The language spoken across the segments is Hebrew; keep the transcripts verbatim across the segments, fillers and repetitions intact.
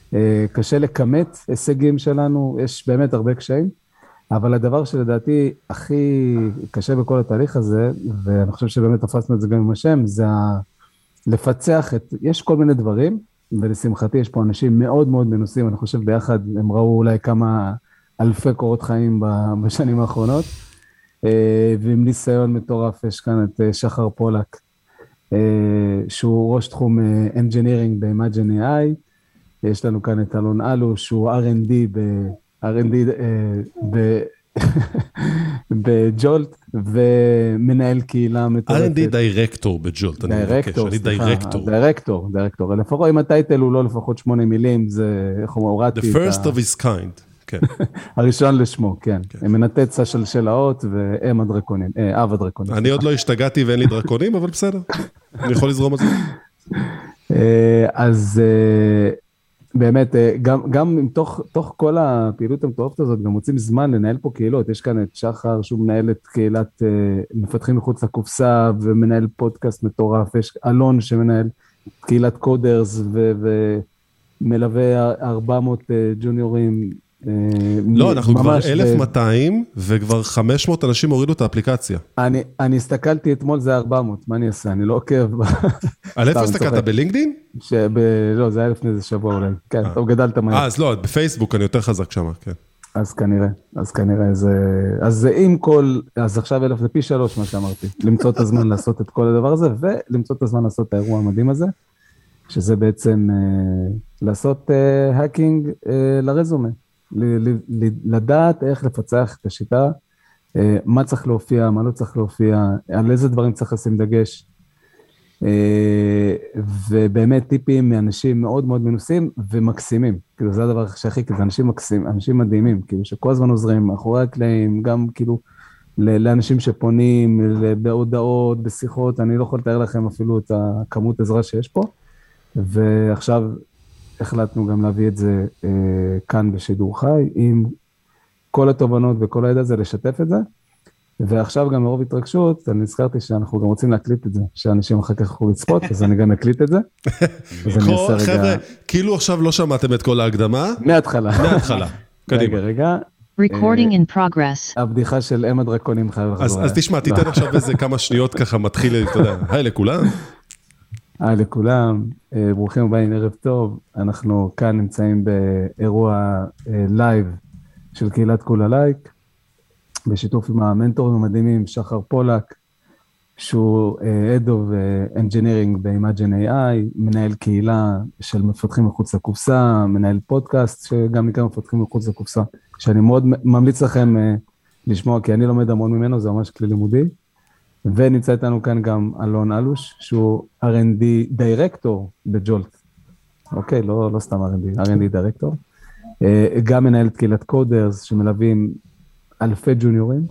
קשה לכמת הישגים שלנו, יש באמת הרבה קשיים, אבל הדבר שלדעתי הכי קשה בכל התהליך הזה, ואני חושב שבאמת תפסנו את זה גם עם השם, זה לפצח את, יש כל מיני דברים, ולשמחתי יש פה אנשים מאוד מאוד מנוסים, אני חושב ביחד הם ראו אולי כמה אלפי קורות חיים בשנים האחרונות, ועם ניסיון מטורף יש כאן את שחר פולק, שהוא ראש תחום Engineering ב-Imagine איי איי, יש לנו כאן את אלון אלוש, שהוא אר אנד די ב-אר אנד די בג'ולט, ומנהל קהילה מטורפת. אר אנד די דירקטור בג'ולט, אני מבקש, אני דירקטור. דירקטור, דירקטור. לפחות אם הטייטל הוא לא לפחות שמונה מילים, זה, איך הוא הורדתי את ה... The first of his kind, כן. הראשון לשמו, כן. מנתץ השלשלאות ואם הדרקונים, אב הדרקונים. אני עוד לא השתגעתי ואין לי דרקונים, אבל בסדר. אני יכול לזרום על זה. אז... באמת, גם, גם עם תוך, תוך כל הפעילות המטורפת הזאת, גם מוצאים זמן לנהל פה קהילות. יש כאן את שחר, שהוא מנהל את קהילת מפתחים מחוץ לקופסה, ומנהל פודקאסט מטורף. יש אלון שמנהל קהילת קודרס, ומלווה ארבע מאות ג'וניורים. לא, אנחנו כבר אלף ומאתיים, וכבר חמש מאות אנשים הורידו את האפליקציה. אני, אני הסתכלתי אתמול, זה ארבע מאות, מה אני אעשה? אני לא עוקב. על איפה הסתכלת? בלינקדין? לא, זה היה לפני איזה שבוע אולי. כן, טוב, גדלת מהר. אה, אז לא, בפייסבוק אני יותר חזק שם, כן. אז כנראה, אז כנראה זה... אז זה עם כל... אז עכשיו אלף, זה פי שלוש מה שאמרתי. למצוא את הזמן לעשות את כל הדבר הזה, ולמצוא את הזמן לעשות את האירוע המדהים הזה, שזה בעצם לעשות האקינג לרזומה. לדעת איך לפצח את השיטה, מה צריך להופיע, מה לא צריך להופיע, על איזה דברים צריך לשים דגש, ובאמת טיפים מאנשים מאוד מאוד מנוסים ומקסימים, כאילו זה הדבר שהכי, כי זה אנשים מקסימים, אנשים מדהימים, כאילו שכל הזמן עוזרים מאחורי הקלעים, גם כאילו לאנשים שפונים, בהודעות, בשיחות, אני לא יכול לתאר לכם אפילו את הכמות עזרה שיש פה, ועכשיו החלטנו גם להביא את זה אה, כאן בשידור חי, עם כל התובנות וכל הידע הזה, לשתף את זה, ועכשיו גם מרוב התרגשות, אני נזכרתי שאנחנו גם רוצים להקליט את זה, שאנשים אחר כך יכולו לצפות, אז אני גם אקליט את זה. חבר'ה, כאילו עכשיו לא שמעתם את כל ההקדמה? מההתחלה. מההתחלה, קדימה. רגע, רגע. Recording in progress. הבדיחה של אם הדרקונים חייב לחזור. אז תשמע, תיתן עכשיו איזה כמה שניות ככה מתחיל, אתה יודע, היי לכולם. היי לכולם, ברוכים הבאים, ערב טוב, אנחנו כאן נמצאים באירוע לייב של קהילת כולה לייק, בשיתוף עם המנטורים המדהימים, שחר פולק, שהוא Head of Engineering ב-Imagine איי איי, מנהל קהילה של מפתחים מחוץ לקופסה, מנהל פודקאסט שגם מכמה מפתחים מחוץ לקופסה, שאני מאוד ממליץ לכם לשמוע, כי אני לומד המון ממנו, זה ממש כלי לימודי, ונמצא איתנו כאן גם אלון אלוש, שהוא אר אנד די דירקטור בג'ולט. אוקיי, לא, לא סתם אר אנד די, אר אנד די דירקטור. גם מנהל את קהילת קודרס, שמלווים אלפי ג'וניורים,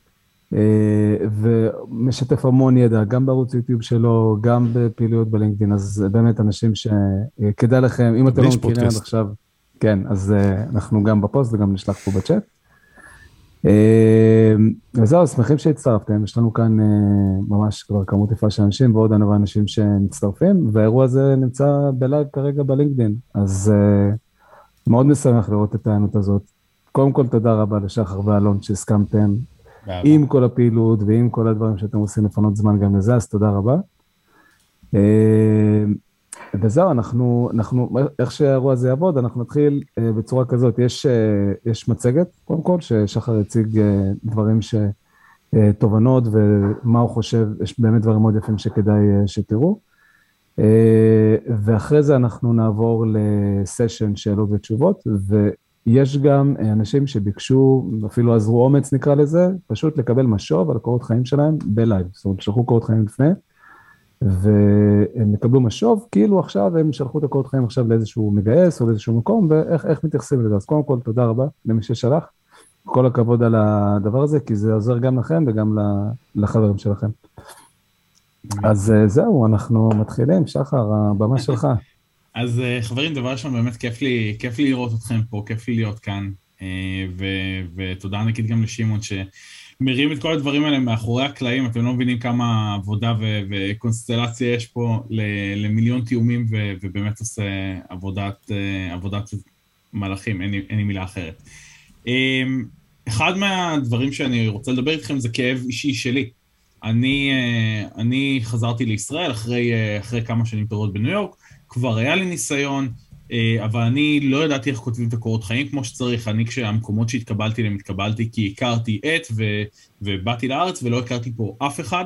ומשתף המון ידע, גם בערוץ יוטיוב שלו, גם בפעילויות בלינקדין, אז באמת אנשים שכדאי לכם, אם אתם לא מכירים עד עכשיו, כן, אז אנחנו גם בפוסט וגם נשלח פה בצ'אט. וזהו, שמחים שהצטרפתם, יש לנו כאן ממש כבר כמות יפה של אנשים, ועוד הרבה אנשים שמצטרפים, והאירוע הזה נמצא בלייב כרגע בלינקדין, אז מאוד משמח לראות את הענות הזאת. קודם כל תודה רבה לשחר ואלון שהסכמתם, עם כל הפעילות ועם כל הדברים שאתם עושים לפנות זמן גם לזה, אז תודה רבה. וזהו, אנחנו, אנחנו, איך שהאירוע הזה יעבוד, אנחנו נתחיל בצורה כזאת, יש, יש מצגת, קודם כל, ששחר יציג דברים שתובנות ומה הוא חושב, יש באמת דברים מאוד יפים שכדאי שתראו, ואחרי זה אנחנו נעבור לסשן שאלות ותשובות, ויש גם אנשים שביקשו, אפילו עזרו אומץ נקרא לזה, פשוט לקבל משוב על הקורות חיים שלהם בלייב, זאת אומרת, שלחו קורות חיים לפני, והם יקבלו משוב, כאילו עכשיו הם שלחו את הקורות חיים עכשיו לאיזשהו מגייס או לאיזשהו מקום, ואיך איך מתייחסים לזה. אז קודם כל, תודה רבה למי ששלח, כל הכבוד על הדבר הזה, כי זה עוזר גם לכם וגם לחברים שלכם. אז זהו, אנחנו מתחילים, שחר, הבמה שלך. אז חברים, דבר ראשון, באמת כיף לי, כיף לי לראות אתכם פה, כיף לי להיות כאן, ו- ותודה ענקית גם לשימון ש... מרים את כל הדברים האלה מאחורי הקלעים, אתם לא מבינים כמה עבודה ו- וקונסטלציה יש פה ל- למיליון תיאומים, ו- ובאמת עושה עבודת, עבודת מלאכים, אין לי, אין לי מילה אחרת. אחד מהדברים שאני רוצה לדבר איתכם זה כאב אישי שלי. אני, אני חזרתי לישראל אחרי, אחרי כמה שנים טובות בניו יורק, כבר היה לי ניסיון, אבל אני לא ידעתי איך כותבים את הקורות חיים כמו שצריך. אני כשהמקומות שהתקבלתי להם התקבלתי כי הכרתי את ו, ובאתי לארץ ולא הכרתי פה אף אחד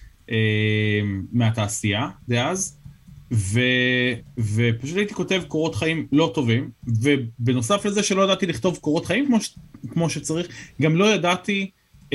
מהתעשייה דאז, ו, ופשוט הייתי כותב קורות חיים לא טובים, ובנוסף לזה שלא ידעתי לכתוב קורות חיים כמו, ש, כמו שצריך, גם לא ידעתי,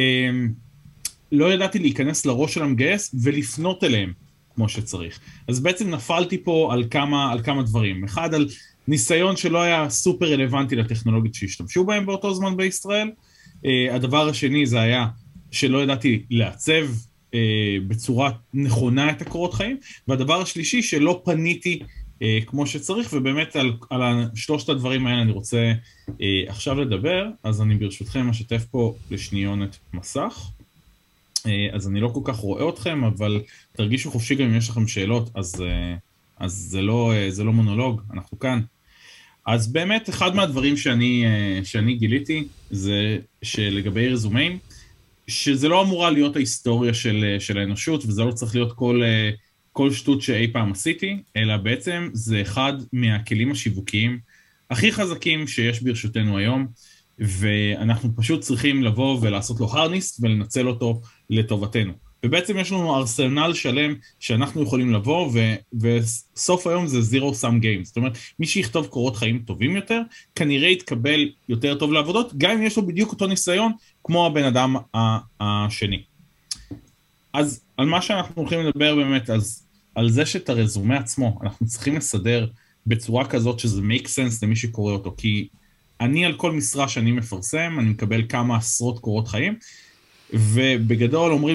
לא ידעתי להיכנס לראש של המגייס ולפנות אליהם כמו שצריך. אז בעצם נפלתי פה על כמה, על כמה דברים. אחד, על ניסיון שלא היה סופר רלוונטי לטכנולוגיות שהשתמשו בהם באותו זמן בישראל. הדבר השני זה היה שלא ידעתי לעצב בצורה נכונה את הקורות חיים. והדבר השלישי שלא פניתי כמו שצריך, ובאמת על, על שלושת הדברים האלה אני רוצה עכשיו לדבר. אז אני ברשותכם אשתף פה לשניונת מסך. אז אני לא כל כך רואה אתכם, אבל תרגישו חופשי גם אם יש לכם שאלות, אז, אז זה לא, זה לא מונולוג, אנחנו כאן. אז באמת, אחד מהדברים שאני, שאני גיליתי, זה שלגבי רזומים, שזה לא אמורה להיות ההיסטוריה של, של האנושות, וזה לא צריך להיות כל, כל שטות שאי פעם עשיתי, אלא בעצם זה אחד מהכלים השיווקיים הכי חזקים שיש ברשותנו היום, ואנחנו פשוט צריכים לבוא ולעשות לו הרניס ולנצל אותו לטובתנו. ובעצם יש לנו ארסנל שלם שאנחנו יכולים לבוא, ו- וסוף היום זה zero sum game. זאת אומרת, מי שיכתוב קורות חיים טובים יותר, כנראה יתקבל יותר טוב לעבודות, גם אם יש לו בדיוק אותו ניסיון, כמו הבן אדם השני. אז על מה שאנחנו הולכים לדבר באמת, אז על זה שאת הרזומה עצמו, אנחנו צריכים לסדר בצורה כזאת שזה make sense למי שקורא אותו, כי אני על כל משרה שאני מפרסם, אני מקבל כמה עשרות קורות חיים, ובגדול אומרים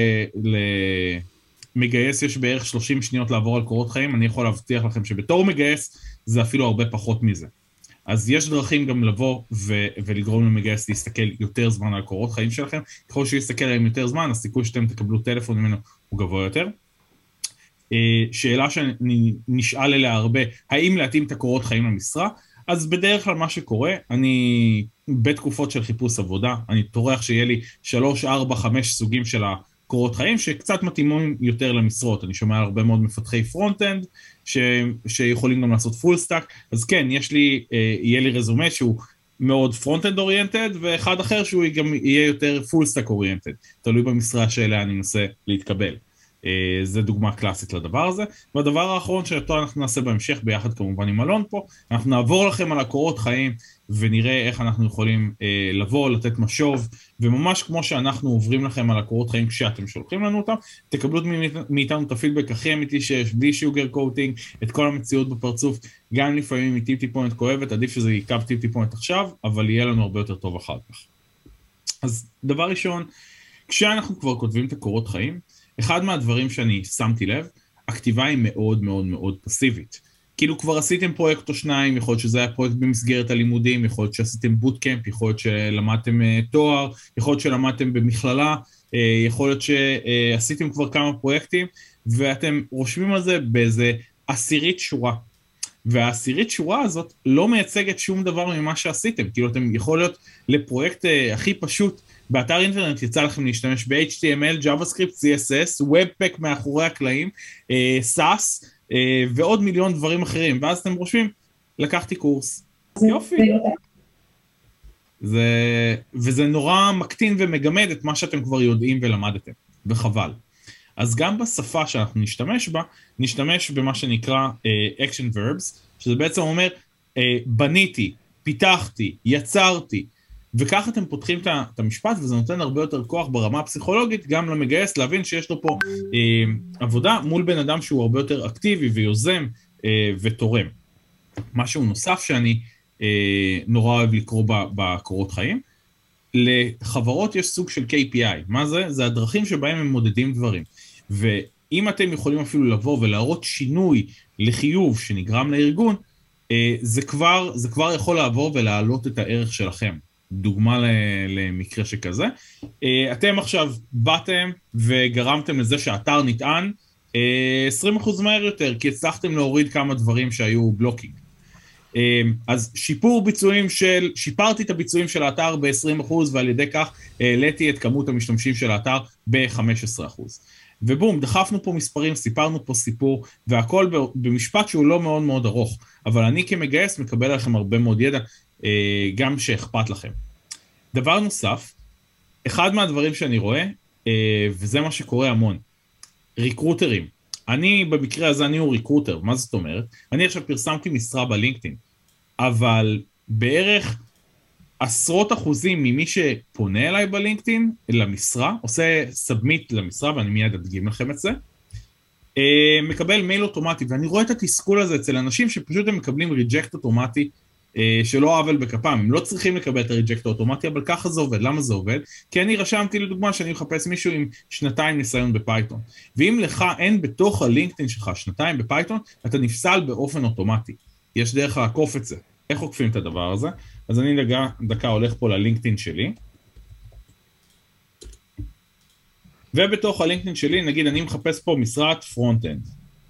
שלמגייס יש בערך שלושים שניות לעבור על קורות חיים, אני יכול להבטיח לכם שבתור מגייס זה אפילו הרבה פחות מזה. אז יש דרכים גם לבוא ו- ולגרום למגייס להסתכל יותר זמן על קורות חיים שלכם, ככל שיסתכל עליהם יותר זמן, הסיכוי שאתם תקבלו טלפון ממנו הוא גבוה יותר. שאלה שנשאל אליה הרבה, האם להתאים את הקורות חיים למשרה? אז בדרך כלל מה שקורה, אני בתקופות של חיפוש עבודה, אני טורח שיהיה לי שלוש, ארבע, חמש סוגים של הקורות חיים, שקצת מתאימים יותר למשרות. אני שומע הרבה מאוד מפתחי פרונט-אנד, ש... שיכולים גם לעשות פול סטאק, אז כן, יש לי, יהיה לי רזומה שהוא מאוד פרונט-אנד אוריינטד, ואחד אחר שהוא גם יהיה יותר פול סטאק אוריינטד, תלוי במשרה שאליה אני מנסה להתקבל. זה דוגמה קלאסית לדבר הזה. והדבר האחרון שאותו אנחנו נעשה בהמשך ביחד כמובן עם אלון פה, אנחנו נעבור לכם על הקורות חיים ונראה איך אנחנו יכולים אה, לבוא, לתת משוב, וממש כמו שאנחנו עוברים לכם על הקורות חיים כשאתם שולחים לנו אותם, תקבלו מאיתנו את הפידבק הכי אמיתי שיש, בלי שוגר קוטינג, את כל המציאות בפרצוף, גם לפעמים היא טיפ טיפונת כואבת, עדיף שזה יקב טיפ טיפונת עכשיו, אבל יהיה לנו הרבה יותר טוב אחר כך. אז דבר ראשון, כשאנחנו כבר כותבים את הקורות חיים, אחד מהדברים שאני שמתי לב, הכתיבה היא מאוד מאוד מאוד פסיבית. כאילו כבר עשיתם פרויקט או שניים, יכול להיות שזה היה פרויקט במסגרת הלימודים, יכול להיות שעשיתם בוטקאמפ, יכול להיות שלמדתם תואר, יכול להיות שלמדתם במכללה, יכול להיות שעשיתם כבר כמה פרויקטים, ואתם רושמים על זה באיזה עשירית שורה. והעשירית שורה הזאת לא מייצגת שום דבר ממה שעשיתם. כאילו אתם יכול להיות לפרויקט הכי פשוט, באתר אינטרנט יצא לכם להשתמש ב-אייץ' טי אם אל, JavaScript, סי אס אס, Webpack מאחורי הקלעים, סאס, ועוד מיליון דברים אחרים. ואז אתם חושבים, לקחתי קורס. יופי. זה, וזה נורא מקטין ומגמד את מה שאתם כבר יודעים ולמדתם, וחבל. אז גם בשפה שאנחנו נשתמש בה, נשתמש במה שנקרא uh, action verbs, שזה בעצם אומר, uh, בניתי, פיתחתי, יצרתי, וכך אתם פותחים את המשפט, וזה נותן הרבה יותר כוח ברמה הפסיכולוגית, גם למגייס להבין שיש לו פה אה, עבודה מול בן אדם שהוא הרבה יותר אקטיבי ויוזם אה, ותורם. משהו נוסף שאני אה, נורא אוהב לקרוא בקורות חיים, לחברות יש סוג של קיי פי איי. מה זה? זה הדרכים שבהם הם מודדים דברים. ואם אתם יכולים אפילו לבוא ולהראות שינוי לחיוב שנגרם לארגון, זה כבר, זה כבר יכול לעבור ולהעלות את הערך שלכם. דוגמה למקרה שכזה. אתם עכשיו באתם וגרמתם לזה שהאתר נטען עשרים אחוז מהר יותר, כי הצלחתם להוריד כמה דברים שהיו בלוקינג. אז שיפור ביצועים של, שיפרתי את הביצועים של האתר ב-עשרים אחוז, ועל ידי כך העליתי את כמות המשתמשים של האתר ב-חמישה עשר אחוז. ובום, דחפנו פה מספרים, סיפרנו פה סיפור, והכל במשפט שהוא לא מאוד מאוד ארוך, אבל אני כמגייס מקבל לכם הרבה מאוד ידע, גם שאכפת לכם. דבר נוסף, אחד מהדברים שאני רואה, וזה מה שקורה המון, ריקרוטרים. אני במקרה הזה, אני הוא ריקרוטר, מה זאת אומרת? אני עכשיו פרסמתי משרה בלינקדאין, אבל בערך עשרות אחוזים ממי שפונה אליי בלינקדאין, למשרה, עושה סאבמיט למשרה, ואני מיד אדגים לכם את זה, מקבל מייל אוטומטי, ואני רואה את התסכול הזה אצל אנשים שפשוט הם מקבלים ריג'קט אוטומטי, שלא עוול בכפם, הם לא צריכים לקבל את הריג'קט האוטומטי, אבל ככה זה עובד. למה זה עובד? כי אני רשמתי לדוגמה שאני מחפש מישהו עם שנתיים ניסיון בפייתון, ואם לך אין בתוך הלינקדאין שלך שנתיים בפייתון, אתה נפסל באופן אוטומטי. יש דרך לעקוף את זה. איך עוקפים את הדבר הזה? אז אני דקה, דקה הולך פה ללינקדאין שלי, ובתוך הלינקדאין שלי, נגיד אני מחפש פה משרת פרונט-אנד.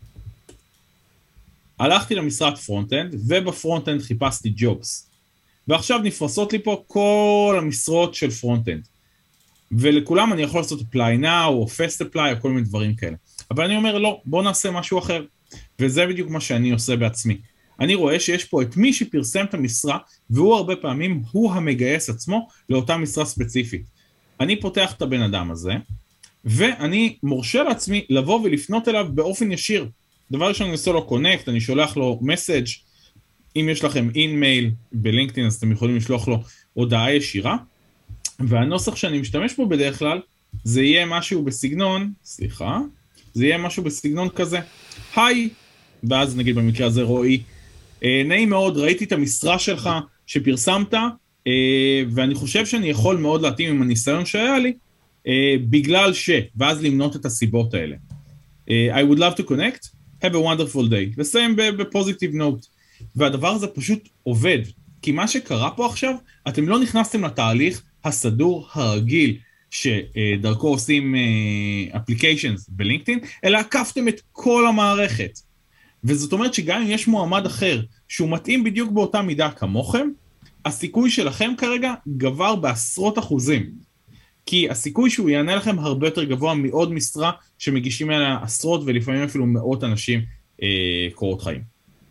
הלכתי למשרת פרונט-אנד, ובפרונט-אנד חיפשתי ג'ובס. ועכשיו נפרסות לי פה כל המשרות של פרונט-אנד. ולכולם אני יכול לעשות apply now, או fast apply, או כל מיני דברים כאלה. אבל אני אומר, לא, בוא נעשה משהו אחר. וזה בדיוק מה שאני עושה בעצמי. אני רואה שיש פה את מי שפרסם את המשרה, והוא הרבה פעמים, הוא המגייס עצמו, לאותה משרה ספציפית. אני פותח את הבן אדם הזה, ואני מורשה לעצמי לבוא ולפנות אליו באופן ישיר. דבר ראשון, אני עושה לו קונקט, אני שולח לו מסאג', אם יש לכם אין-מייל בלינקדאין, אז אתם יכולים לשלוח לו הודעה ישירה, והנוסח שאני משתמש בו בדרך כלל, זה יהיה משהו בסגנון, סליחה, זה יהיה משהו בסגנון כזה, היי, ואז נגיד במקרה הזה רועי, נעים מאוד, ראיתי את המשרה שלך שפרסמת, ואני חושב שאני יכול מאוד להתאים עם הניסיון שהיה לי, בגלל ש, ואז למנות את הסיבות האלה. I would love to connect, have a wonderful day. לסיים בפוזיטיב נוט. והדבר הזה פשוט עובד. כי מה שקרה פה עכשיו, אתם לא נכנסתם לתהליך הסדור הרגיל, שדרכו עושים applications בלינקדאין, אלא עקפתם את כל המערכת. וזאת אומרת שגם אם יש מועמד אחר, שהוא מתאים בדיוק באותה מידה כמוכם, הסיכוי שלכם כרגע גבר בעשרות אחוזים. כי הסיכוי שהוא יענה לכם הרבה יותר גבוה מעוד משרה שמגישים אליה עשרות ולפעמים אפילו מאות אנשים אה, קורות חיים.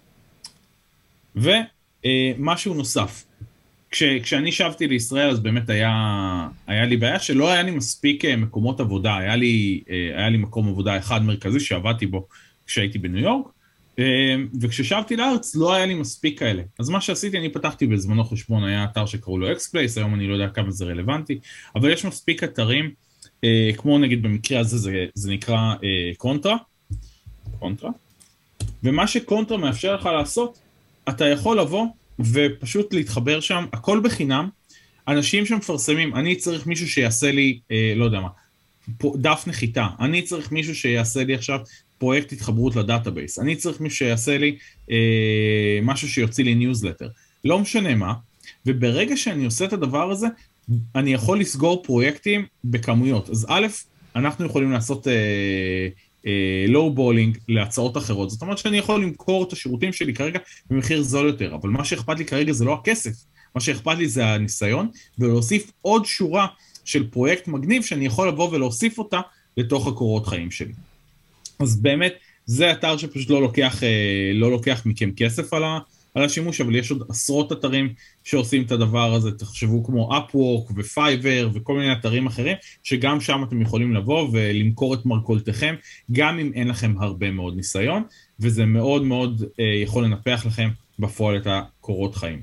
ומשהו נוסף, כש, כשאני שבתי לישראל אז באמת היה, היה לי בעיה שלא היה לי מספיק מקומות עבודה, היה לי, היה לי מקום עבודה אחד מרכזי שעבדתי בו כשהייתי בניו יורק, וכששבתי לארץ לא היה לי מספיק כאלה. אז מה שעשיתי, אני פתחתי בזמנו חשבון, היה אתר שקראו לו X-Place, היום אני לא יודע כמה זה רלוונטי, אבל יש מספיק אתרים, אה, כמו נגיד במקרה הזה, זה, זה נקרא אה, קונטרה, קונטרה, ומה שקונטרה מאפשר לך לעשות, אתה יכול לבוא ופשוט להתחבר שם, הכל בחינם, אנשים שמפרסמים, אני צריך מישהו שיעשה לי, אה, לא יודע מה, דף נחיתה, אני צריך מישהו שיעשה לי עכשיו, פרויקט התחברות לדאטאבייס, אני צריך מישהו שיעשה לי אה, משהו שיוציא לי ניוזלטר, לא משנה מה, וברגע שאני עושה את הדבר הזה, אני יכול לסגור פרויקטים בכמויות, אז א', אנחנו יכולים לעשות לואו בולינג להצעות אחרות, זאת אומרת שאני יכול למכור את השירותים שלי כרגע במחיר זול יותר, אבל מה שאכפת לי כרגע זה לא הכסף, מה שאכפת לי זה הניסיון, ולהוסיף עוד שורה של פרויקט מגניב, שאני יכול לבוא ולהוסיף אותה לתוך הקורות חיים שלי. אז באמת, זה אתר שפשוט לא לוקח, לא לוקח מכם כסף על, ה, על השימוש, אבל יש עוד עשרות אתרים שעושים את הדבר הזה, תחשבו כמו Upwork ו-Fiverr וכל מיני אתרים אחרים, שגם שם אתם יכולים לבוא ולמכור את מרכולתכם, גם אם אין לכם הרבה מאוד ניסיון, וזה מאוד מאוד יכול לנפח לכם בפועל את הקורות חיים.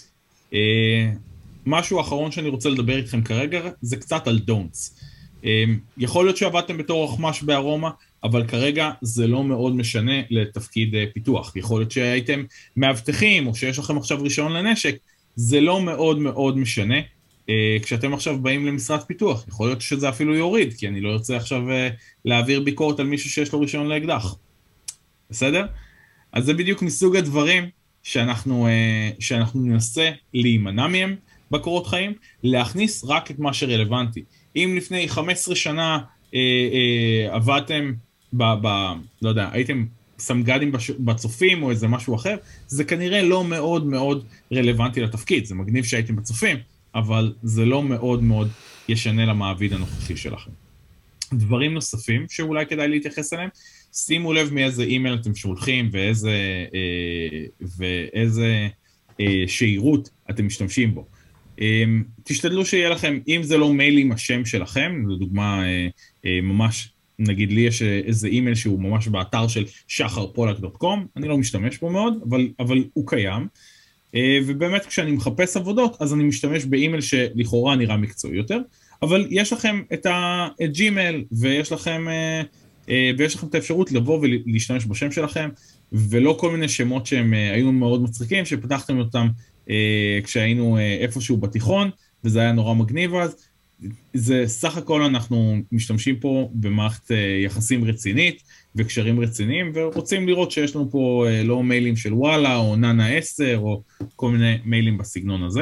משהו האחרון שאני רוצה לדבר איתכם כרגע, זה קצת על don'ts. יכול להיות שעבדתם בתור רחמש בארומה, אבל כרגע זה לא מאוד משנה לתפקיד פיתוח. יכול להיות שהייתם מאבטחים, או שיש לכם עכשיו רישיון לנשק, זה לא מאוד מאוד משנה. כשאתם עכשיו באים למשרד פיתוח, יכול להיות שזה אפילו יוריד, כי אני לא רוצה עכשיו להעביר ביקורת על מישהו שיש לו רישיון לאקדח. בסדר? אז זה בדיוק מסוג הדברים שאנחנו, שאנחנו ננסה להימנע מהם, בקורות חיים, להכניס רק את מה שרלוונטי. אם לפני חמש עשרה שנה אה, אה, עבדתם, ב, ב, לא יודע, הייתם סמג"דים בצופים או איזה משהו אחר, זה כנראה לא מאוד מאוד רלוונטי לתפקיד, זה מגניב שהייתם בצופים, אבל זה לא מאוד מאוד ישנה למעביד הנוכחי שלכם. דברים נוספים שאולי כדאי להתייחס אליהם, שימו לב מאיזה אימייל אתם שולחים ואיזה, אה, ואיזה אה, שאירות אתם משתמשים בו. אה, תשתדלו שיהיה לכם, אם זה לא מייל עם השם שלכם, לדוגמה אה, אה, ממש, נגיד לי יש איזה אימייל שהוא ממש באתר של שחר פולק דוט קום, אני לא משתמש בו מאוד, אבל, אבל הוא קיים, אה, ובאמת כשאני מחפש עבודות, אז אני משתמש באימייל שלכאורה נראה מקצועי יותר, אבל יש לכם את הג'ימייל, ויש לכם, ויש לכם את האפשרות לבוא ולהשתמש בשם שלכם, ולא כל מיני שמות שהם היו מאוד מצחיקים, שפתחתם אותם כשהיינו איפשהו בתיכון, וזה היה נורא מגניב אז. זה סך הכל אנחנו משתמשים פה במערכת יחסים רצינית, וקשרים רציניים, ורוצים לראות שיש לנו פה לא מיילים של וואלה, או ננה עשר, או כל מיני מיילים בסגנון הזה.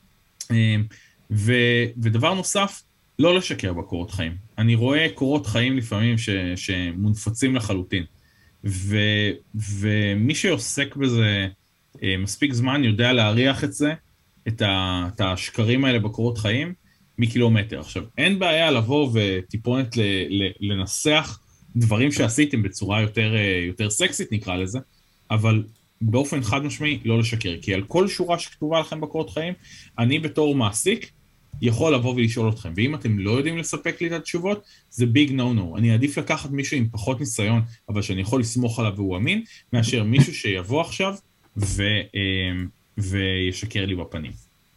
ו, ודבר נוסף, לא לשקר בקורות חיים. אני רואה קורות חיים לפעמים ש, שמונפצים לחלוטין. ו, ומי שעוסק בזה מספיק זמן יודע להריח את זה, את, ה, את השקרים האלה בקורות חיים, מקילומטר. עכשיו, אין בעיה לבוא וטיפונת ל, ל, לנסח דברים שעשיתם בצורה יותר, יותר סקסית נקרא לזה, אבל באופן חד משמעי לא לשקר, כי על כל שורה שכתובה לכם בקורות חיים, אני בתור מעסיק יכול לבוא ולשאול אתכם, ואם אתם לא יודעים לספק לי את התשובות, זה ביג נו נו. אני עדיף לקחת מישהו עם פחות ניסיון, אבל שאני יכול לסמוך עליו והוא אמין, מאשר מישהו שיבוא עכשיו ו, וישקר לי בפנים.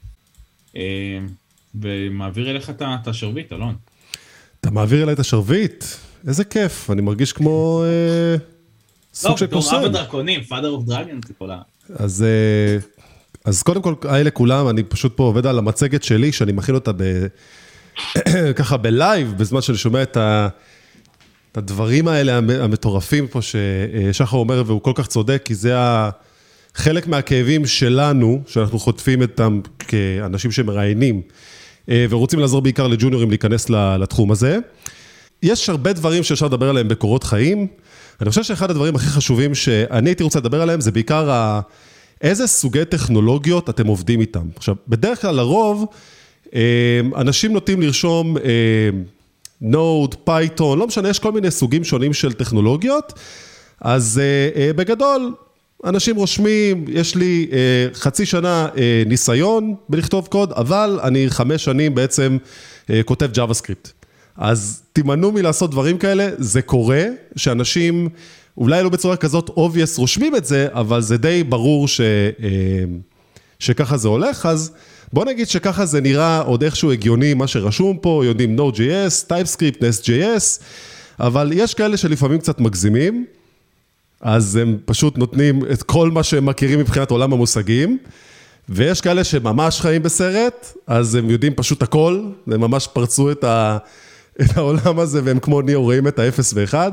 ומעביר אליך את השרביט, אלון. אתה מעביר אליי את השרביט? איזה כיף, אני מרגיש כמו סוג של קוסם. לא, בתור אב הדרקונים, father of dragons, זה כל ה... אז... אז קודם כל, היי לכולם, אני פשוט פה עובד על המצגת שלי, שאני מכין אותה ב... ככה בלייב, בזמן שאני שומע את, ה... את הדברים האלה המטורפים פה ששחר אומר, והוא כל כך צודק, כי זה ה... חלק מהכאבים שלנו, שאנחנו חוטפים אותם כאנשים שמראיינים, ורוצים לעזור בעיקר לג'וניורים להיכנס לתחום הזה. יש הרבה דברים שאפשר לדבר עליהם בקורות חיים. אני חושב שאחד הדברים הכי חשובים שאני הייתי רוצה לדבר עליהם, זה בעיקר ה... איזה סוגי טכנולוגיות אתם עובדים איתם? עכשיו, בדרך כלל לרוב, אנשים נוטים לרשום נוד, פייתון, לא משנה, יש כל מיני סוגים שונים של טכנולוגיות, אז בגדול, אנשים רושמים, יש לי חצי שנה ניסיון בלכתוב קוד, אבל אני חמש שנים בעצם כותב JavaScript. אז תימנעו מלעשות דברים כאלה, זה קורה, שאנשים... אולי לא בצורה כזאת obvious רושמים את זה, אבל זה די ברור ש, שככה זה הולך, אז בוא נגיד שככה זה נראה עוד איכשהו הגיוני מה שרשום פה, יודעים Node.js, TypeScript, Nest.js, אבל יש כאלה שלפעמים קצת מגזימים, אז הם פשוט נותנים את כל מה שהם מכירים מבחינת עולם המושגים, ויש כאלה שממש חיים בסרט, אז הם יודעים פשוט הכל, הם ממש פרצו את, ה, את העולם הזה, והם כמו ניאו רואים את האפס ואחד,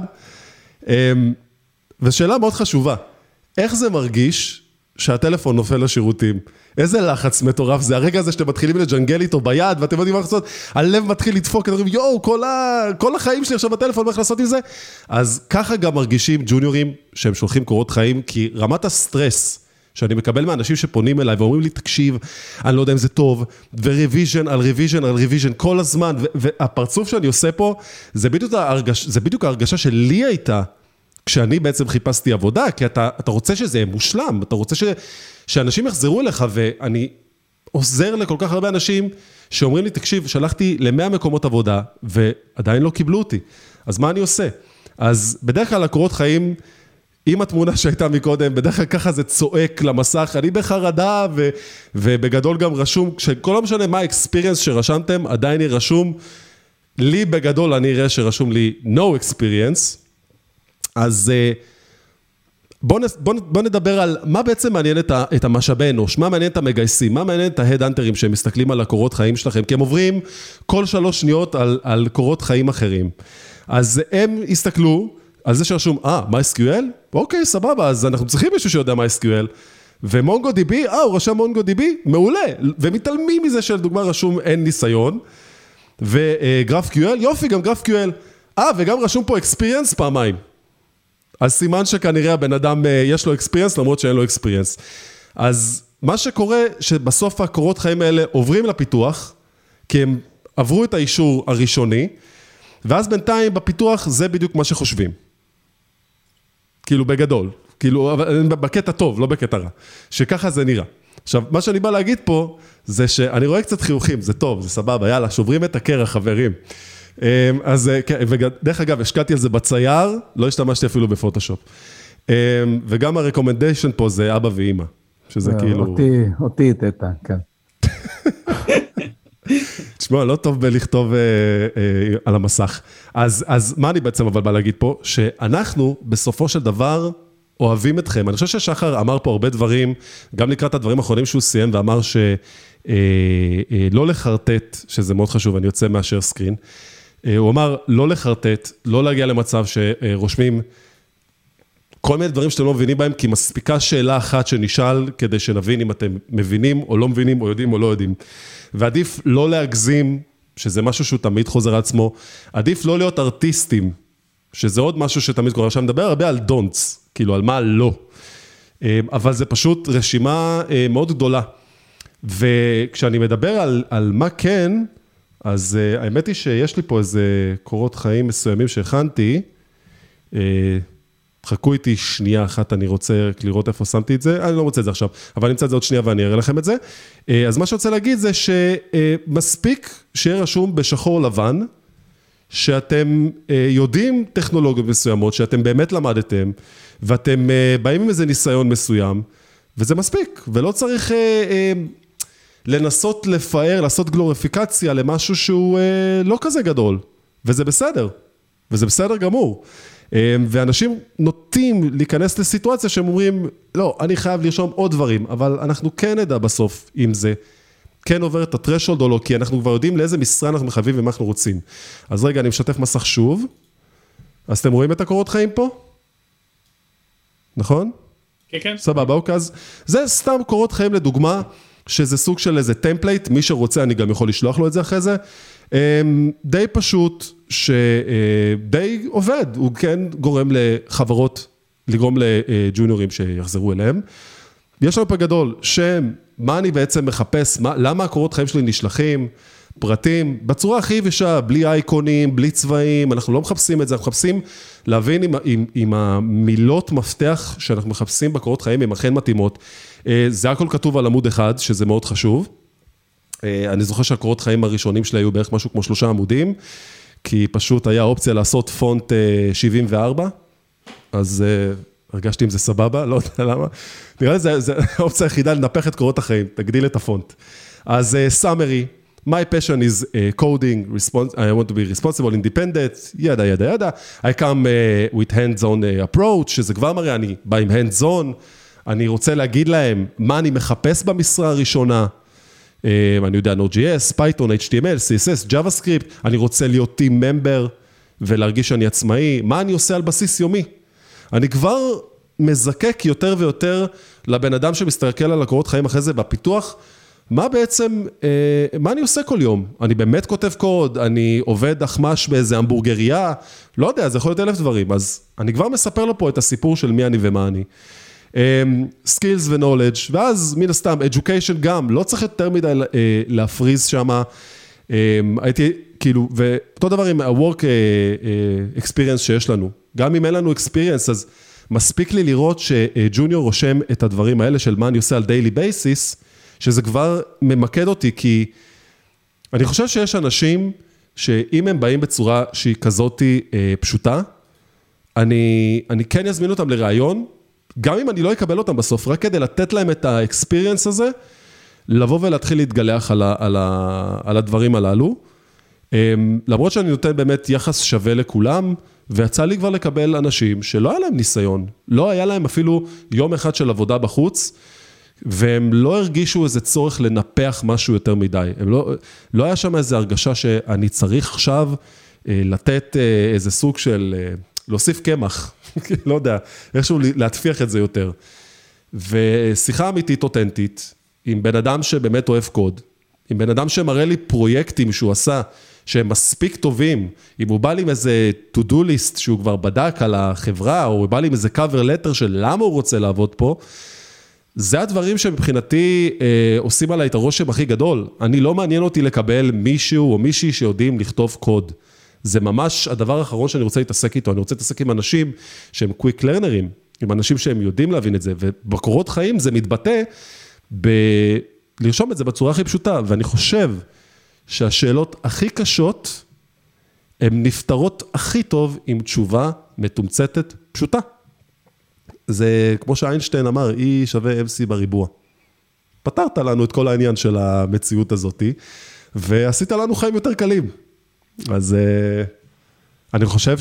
ושאלה מאוד חשובה, איך זה מרגיש שהטלפון נופל לשירותים? איזה לחץ מטורף זה, הרגע הזה שאתם מתחילים לג'נגל איתו ביד, ואתם יודעים מה לעשות, הלב מתחיל לדפוק, אתם אומרים, יואו, כל, ה... כל החיים שלי עכשיו בטלפון, מה איך לעשות עם זה? אז ככה גם מרגישים ג'וניורים שהם שולחים קורות חיים, כי רמת הסטרס שאני מקבל מאנשים שפונים אליי ואומרים לי, תקשיב, אני לא יודע אם זה טוב, ורוויז'ן על רוויז'ן על רוויז'ן כל הזמן, והפרצוף שאני עושה פה, זה בדיוק ההרגש... זה בדיוק ההרגשה שלי הייתה, כשאני בעצם חיפשתי עבודה, כי אתה, אתה רוצה שזה יהיה מושלם, אתה רוצה ש, שאנשים יחזרו אליך, ואני עוזר לכל כך הרבה אנשים שאומרים לי, תקשיב, שלחתי למאה מקומות עבודה, ועדיין לא קיבלו אותי. אז מה אני עושה? אז בדרך כלל הקורות חיים, עם התמונה שהייתה מקודם, בדרך כלל ככה זה צועק למסך, אני בחרדה, ו, ובגדול גם רשום, שכל לא משנה מה האקספיריאנס שרשמתם, עדיין היא רשום, לי בגדול אני אראה שרשום לי no experience, אז בוא, בוא, בוא נדבר על מה בעצם מעניין את, ה, את המשאבי אנוש, מה מעניין את המגייסים, מה מעניין את ההדאנטרים שהם מסתכלים על הקורות חיים שלכם, כי הם עוברים כל שלוש שניות על, על קורות חיים אחרים. אז הם הסתכלו על זה שרשום, אה, MySQL? אוקיי, סבבה, אז אנחנו צריכים מישהו שיודע MySQL. ומונגו די בי, אה, הוא רשם מונגו די בי, מעולה, ומתעלמים מזה שלדוגמה רשום אין ניסיון, וגרף קיו אל, יופי, גם גרף קיו אל, אה, וגם רשום פה experience פעמיים, אז סימן שכנראה הבן אדם יש לו experience, למרות שאין לו experience, אז מה שקורה, שבסוף הקורות חיים האלה עוברים לפיתוח, כי הם עברו את האישור הראשוני, ואז בינתיים בפיתוח זה בדיוק מה שחושבים. כאילו בגדול, כאילו בקטע טוב, לא בקטע רע, שככה זה נראה. עכשיו, מה שאני בא להגיד פה, זה שאני רואה קצת חיוכים, זה טוב, זה סבבה, יאללה, שוברים את הקרח, חברים. אז, ודרך אגב, השקעתי על זה בצייר, לא השתמשתי אפילו בפוטושופ. וגם הרקומנדיישן פה זה אבא ואמא, שזה כאילו... אותי, אותי תתה, כן. תשמע, לא טוב בלכתוב אה, אה, על המסך. אז, אז מה אני בעצם אבל בא להגיד פה? שאנחנו בסופו של דבר אוהבים אתכם. אני חושב ששחר אמר פה הרבה דברים, גם לקראת הדברים האחרונים שהוא סיים, ואמר שלא אה, אה, לא לחרטט, שזה מאוד חשוב, אני יוצא מהשאר סקרין. אה, הוא אמר לא לחרטט, לא להגיע למצב שרושמים כל מיני דברים שאתם לא מבינים בהם, כי מספיקה שאלה אחת שנשאל, כדי שנבין אם אתם מבינים או לא מבינים, או יודעים או לא יודעים. ועדיף לא להגזים, שזה משהו שהוא תמיד חוזר על עצמו, עדיף לא להיות ארטיסטים, שזה עוד משהו שתמיד קורה. עכשיו, מדבר הרבה על דונטס, כאילו על מה לא. אבל זה פשוט רשימה מאוד גדולה. וכשאני מדבר על, על מה כן, אז האמת היא שיש לי פה איזה קורות חיים מסוימים שהכנתי, חכו איתי שנייה אחת, אני רוצה לראות איפה שמתי את זה, אני לא רוצה את זה עכשיו, אבל אני אמצא את זה עוד שנייה ואני אראה לכם את זה. אז מה שרוצה להגיד זה שמספיק שיהיה רשום בשחור לבן, שאתם יודעים טכנולוגיות מסוימות, שאתם באמת למדתם, ואתם באים עם איזה ניסיון מסוים, וזה מספיק, ולא צריך לנסות לפאר, לעשות גלוריפיקציה למשהו שהוא לא כזה גדול, וזה בסדר, וזה בסדר גמור. ואנשים נוטים להיכנס לסיטואציה שהם אומרים, לא, אני חייב לרשום עוד דברים, אבל אנחנו כן נדע בסוף אם זה כן עובר את הטרשולד או לא, כי אנחנו כבר יודעים לאיזה משרה אנחנו מחייבים ומה אנחנו רוצים. אז רגע, אני משתף מסך שוב. אז אתם רואים את הקורות חיים פה? נכון? כן, כן. סבבה, אוקיי, אז זה סתם קורות חיים לדוגמה, שזה סוג של איזה טמפלייט, מי שרוצה אני גם יכול לשלוח לו את זה אחרי זה. די פשוט, שדי עובד, הוא כן גורם לחברות, לגרום לג'וניורים שיחזרו אליהם. יש לנו פה גדול, שם, מה אני בעצם מחפש, מה, למה הקורות חיים שלי נשלחים, פרטים, בצורה הכי יבשה, בלי אייקונים, בלי צבעים, אנחנו לא מחפשים את זה, אנחנו מחפשים להבין עם, עם, עם המילות מפתח שאנחנו מחפשים בקורות חיים, הם אכן מתאימות. זה הכל כתוב על עמוד אחד, שזה מאוד חשוב. אני זוכר שהקורות חיים הראשונים שלי היו בערך משהו כמו שלושה עמודים, כי פשוט היה אופציה לעשות פונט שבעים וארבע, אז הרגשתי אם זה סבבה, לא יודע למה. נראה לי, זה, זה האופציה היחידה לנפח את קורות החיים, תגדיל את הפונט. אז summary, my passion is uh, coding, respons- I want to be responsible, independent, ידה, ידה, ידה. I come uh, with hands-on uh, approach, שזה כבר מראה, אני בא עם hands-on, אני רוצה להגיד להם מה אני מחפש במשרה הראשונה, uh, אני יודע, Node.js, Python, אייץ' טי אם אל, סי אס אס, JavaScript, אני רוצה להיות team member, ולהרגיש שאני עצמאי, מה אני עושה על בסיס יומי? אני כבר מזקק יותר ויותר לבן אדם שמסתכל על הקורות חיים אחרי זה בפיתוח, מה בעצם, מה אני עושה כל יום? אני באמת כותב קוד, אני עובד אחמש באיזה המבורגריה, לא יודע, זה יכול להיות אלף דברים, אז אני כבר מספר לו פה את הסיפור של מי אני ומה אני. Skills ו-knowledge, ואז מן הסתם, education גם, לא צריך יותר מדי להפריז שמה, הייתי כאילו, ואותו דבר עם ה-work experience שיש לנו, גם אם אין לנו experience, אז מספיק לי לראות שג'וניור רושם את הדברים האלה של מה אני עושה על daily basis, שזה כבר ממקד אותי, כי אני חושב שיש אנשים שאם הם באים בצורה שהיא כזאת פשוטה, אני, אני כן אזמין אותם לרעיון, גם אם אני לא אקבל אותם בסוף, רק כדי לתת להם את ה-experience הזה, לבוא ולהתחיל להתגלח על, ה, על, ה, על הדברים הללו, למרות שאני נותן באמת יחס שווה לכולם, ויצא לי כבר לקבל אנשים שלא היה להם ניסיון, לא היה להם אפילו יום אחד של עבודה בחוץ, והם לא הרגישו איזה צורך לנפח משהו יותר מדי. הם לא, לא היה שם איזו הרגשה שאני צריך עכשיו לתת איזה סוג של, להוסיף קמח, לא יודע, איכשהו להטפיח את זה יותר. ושיחה אמיתית אותנטית, עם בן אדם שבאמת אוהב קוד, עם בן אדם שמראה לי פרויקטים שהוא עשה, שהם מספיק טובים, אם הוא בא לי עם איזה to-do list שהוא כבר בדק על החברה, או הוא בא לי עם איזה cover letter של למה הוא רוצה לעבוד פה, זה הדברים שמבחינתי אה, עושים עליי את הרושם הכי גדול. אני לא מעניין אותי לקבל מישהו או מישהי שיודעים לכתוב קוד. זה ממש הדבר האחרון שאני רוצה להתעסק איתו. אני רוצה להתעסק עם אנשים שהם quick learners, עם אנשים שהם יודעים להבין את זה, ובקורות חיים זה מתבטא ב... לרשום את זה בצורה הכי פשוטה, ואני חושב שהשאלות הכי קשות, הן נפתרות הכי טוב עם תשובה מתומצתת פשוטה. זה כמו שאיינשטיין אמר, E שווה אם סי בריבוע. פתרת לנו את כל העניין של המציאות הזאת, ועשית לנו חיים יותר קלים. אז אני חושב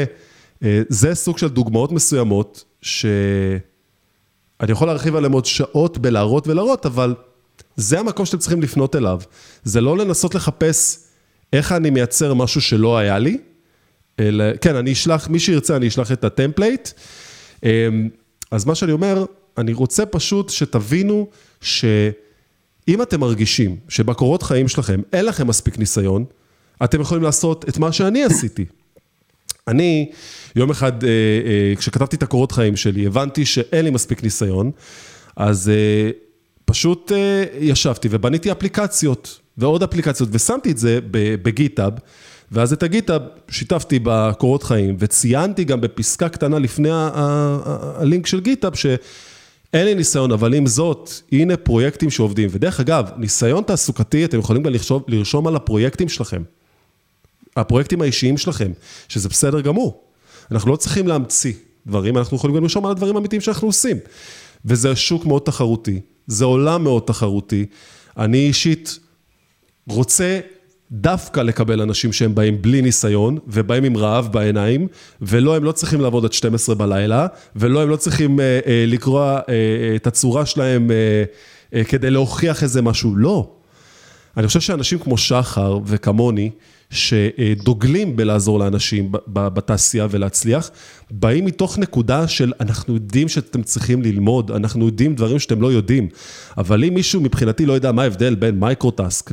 שזה סוג של דוגמאות מסוימות, שאני יכול להרחיב עליהם עוד שעות בלהראות ולהראות, אבל זה המקום שאתם צריכים לפנות אליו. זה לא לנסות לחפש איך אני מייצר משהו שלא היה לי, אלא, כן, אני אשלח, מי שירצה, אני אשלח את הטמפלייט. אז מה שאני אומר, אני רוצה פשוט שתבינו שאם אתם מרגישים שבקורות חיים שלכם אין לכם מספיק ניסיון, אתם יכולים לעשות את מה שאני עשיתי. אני, יום אחד, כשכתבתי את הקורות חיים שלי, הבנתי שאין לי מספיק ניסיון, אז פשוט ישבתי ובניתי אפליקציות, ועוד אפליקציות, ושמתי את זה בגיטאב, ואז את הגיטאב שיתפתי בקורות חיים, וציינתי גם בפסקה קטנה לפני הלינק של גיטאב, שאין לי ניסיון, אבל עם זאת, הנה פרויקטים שעובדים. ודרך אגב, ניסיון תעסוקתי, אתם יכולים גם לרשום, לרשום על הפרויקטים שלכם, הפרויקטים האישיים שלכם, שזה בסדר גמור. אנחנו לא צריכים להמציא דברים, אנחנו יכולים גם לרשום על הדברים האמיתיים שאנחנו עושים. וזה שוק מאוד תחרותי, זה עולם מאוד תחרותי. אני אישית רוצה דווקא לקבל אנשים שהם באים בלי ניסיון, ובאים עם רעב בעיניים, ולא, הם לא צריכים לעבוד עד שתים עשרה בלילה, ולא, הם לא צריכים אה, אה, לקרוא אה, אה, את הצורה שלהם אה, אה, כדי להוכיח איזה משהו. לא. אני חושב שאנשים כמו שחר וכמוני, שדוגלים בלעזור לאנשים בתעשייה ולהצליח, באים מתוך נקודה של אנחנו יודעים שאתם צריכים ללמוד, אנחנו יודעים דברים שאתם לא יודעים, אבל אם מישהו מבחינתי לא יודע מה ההבדל בין מייקרוטאסק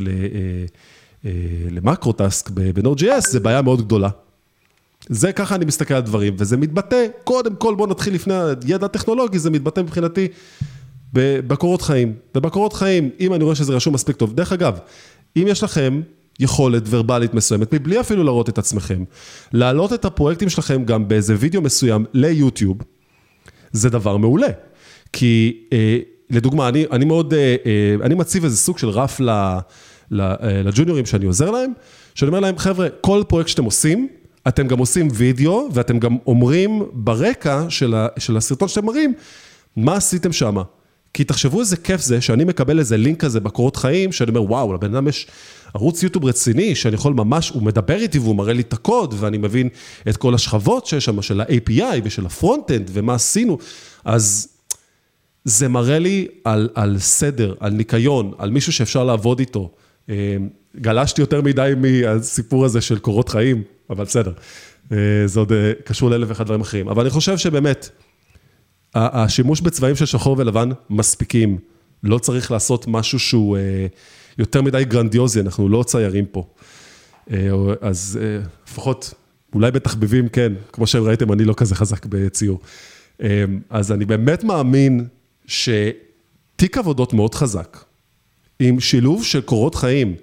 למקרוטאסק ב-Node.js, זה בעיה מאוד גדולה. זה ככה אני מסתכל על דברים, וזה מתבטא, קודם כל בוא נתחיל לפני הידע הטכנולוגי, זה מתבטא מבחינתי בקורות חיים. ובקורות חיים, אם אני רואה שזה רשום מספיק טוב, דרך אגב, אם יש לכם יכולת ורבלית מסוימת, מבלי אפילו להראות את עצמכם, להעלות את הפרויקטים שלכם גם באיזה וידאו מסוים ליוטיוב, זה דבר מעולה. כי, אה, לדוגמה, אני, אני מאוד, אה, אני מציב איזה סוג של רף ל, ל, אה, לג'וניורים שאני עוזר להם, שאני אומר להם, חבר'ה, כל פרויקט שאתם עושים, אתם גם עושים וידאו, ואתם גם אומרים ברקע של, ה, של הסרטון שאתם מראים, מה עשיתם שמה? כי תחשבו איזה כיף זה, שאני מקבל איזה לינק כזה בקורות חיים, שאני אומר, וואו, לבן אדם יש ערוץ יוטיוב רציני, שאני יכול ממש, הוא מדבר איתי והוא מראה לי את הקוד, ואני מבין את כל השכבות שיש שם, של ה-איי פי איי ושל הפרונט-אנד, ומה עשינו. אז זה מראה לי על, על סדר, על ניקיון, על מישהו שאפשר לעבוד איתו. גלשתי יותר מדי מהסיפור הזה של קורות חיים, אבל בסדר. זה עוד קשור לאלף ואחד דברים אחרים. אבל אני חושב שבאמת, השימוש בצבעים של שחור ולבן מספיקים. לא צריך לעשות משהו שהוא יותר מדי גרנדיוזי, אנחנו לא ציירים פה. אז לפחות, אולי בתחביבים כן, כמו שראיתם, אני לא כזה חזק בציור. אז אני באמת מאמין שתיק עבודות מאוד חזק, עם שילוב של קורות חיים,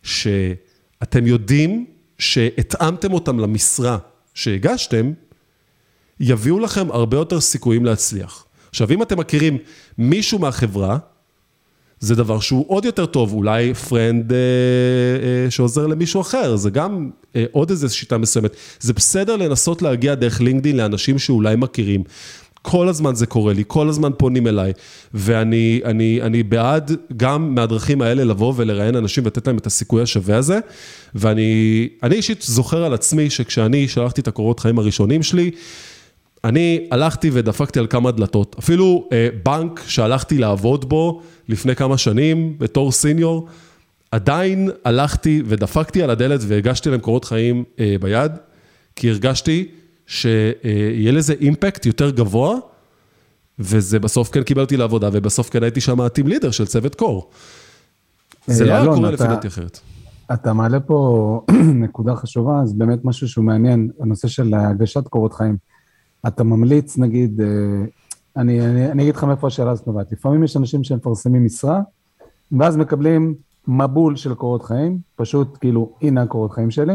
שאתם יודעים שהתאמתם אותם למשרה שהגשתם, יביאו לכם הרבה יותר סיכויים להצליח. עכשיו, אם אתם מכירים מישהו מהחברה, זה דבר שהוא עוד יותר טוב, אולי פרנד אה, אה, שעוזר למישהו אחר, זה גם אה, עוד איזו שיטה מסוימת. זה בסדר לנסות להגיע דרך לינקדין לאנשים שאולי מכירים. כל הזמן זה קורה לי, כל הזמן פונים אליי, ואני אני, אני בעד גם מהדרכים האלה לבוא ולראיין אנשים ולתת להם את הסיכוי השווה הזה, ואני אני אישית זוכר על עצמי שכשאני שלחתי את הקורות חיים הראשונים שלי, אני הלכתי ודפקתי על כמה דלתות, אפילו אה, בנק שהלכתי לעבוד בו לפני כמה שנים בתור סיניור, עדיין הלכתי ודפקתי על הדלת והגשתי להם קורות חיים אה, ביד, כי הרגשתי שיהיה לזה אימפקט יותר גבוה, וזה בסוף כן קיבלתי לעבודה, ובסוף כן הייתי שם הטים לידר של צוות קור. זה לא היה קורה לפי דעתי אחרת. אתה מעלה פה נקודה חשובה, אז באמת משהו שהוא מעניין, הנושא של הגשת קורות חיים. אתה ממליץ, נגיד, אני, אני, אני אגיד לך מאיפה השאלה הזאת נובעת. לפעמים יש אנשים שמפרסמים משרה, ואז מקבלים מבול של קורות חיים, פשוט כאילו, הנה הקורות חיים שלי.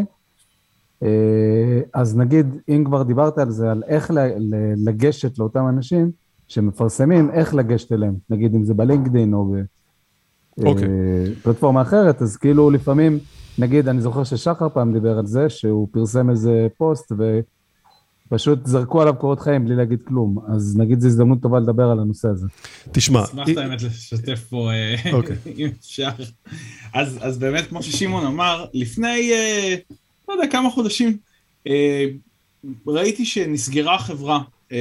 אז נגיד, אם כבר דיברת על זה, על איך לגשת לאותם אנשים שמפרסמים, איך לגשת אליהם, נגיד אם זה בלינקדין או בפלטפורמה אחרת, אז כאילו לפעמים, נגיד, אני זוכר ששחר פעם דיבר על זה, שהוא פרסם איזה פוסט ופשוט זרקו עליו קורות חיים בלי להגיד כלום, אז נגיד זו הזדמנות טובה לדבר על הנושא הזה. תשמע. אשמח את האמת לשתף פה, אם אפשר. אז באמת, כמו ששימון אמר, לפני, לא יודע, כמה חודשים, ראיתי שנסגרה חברה,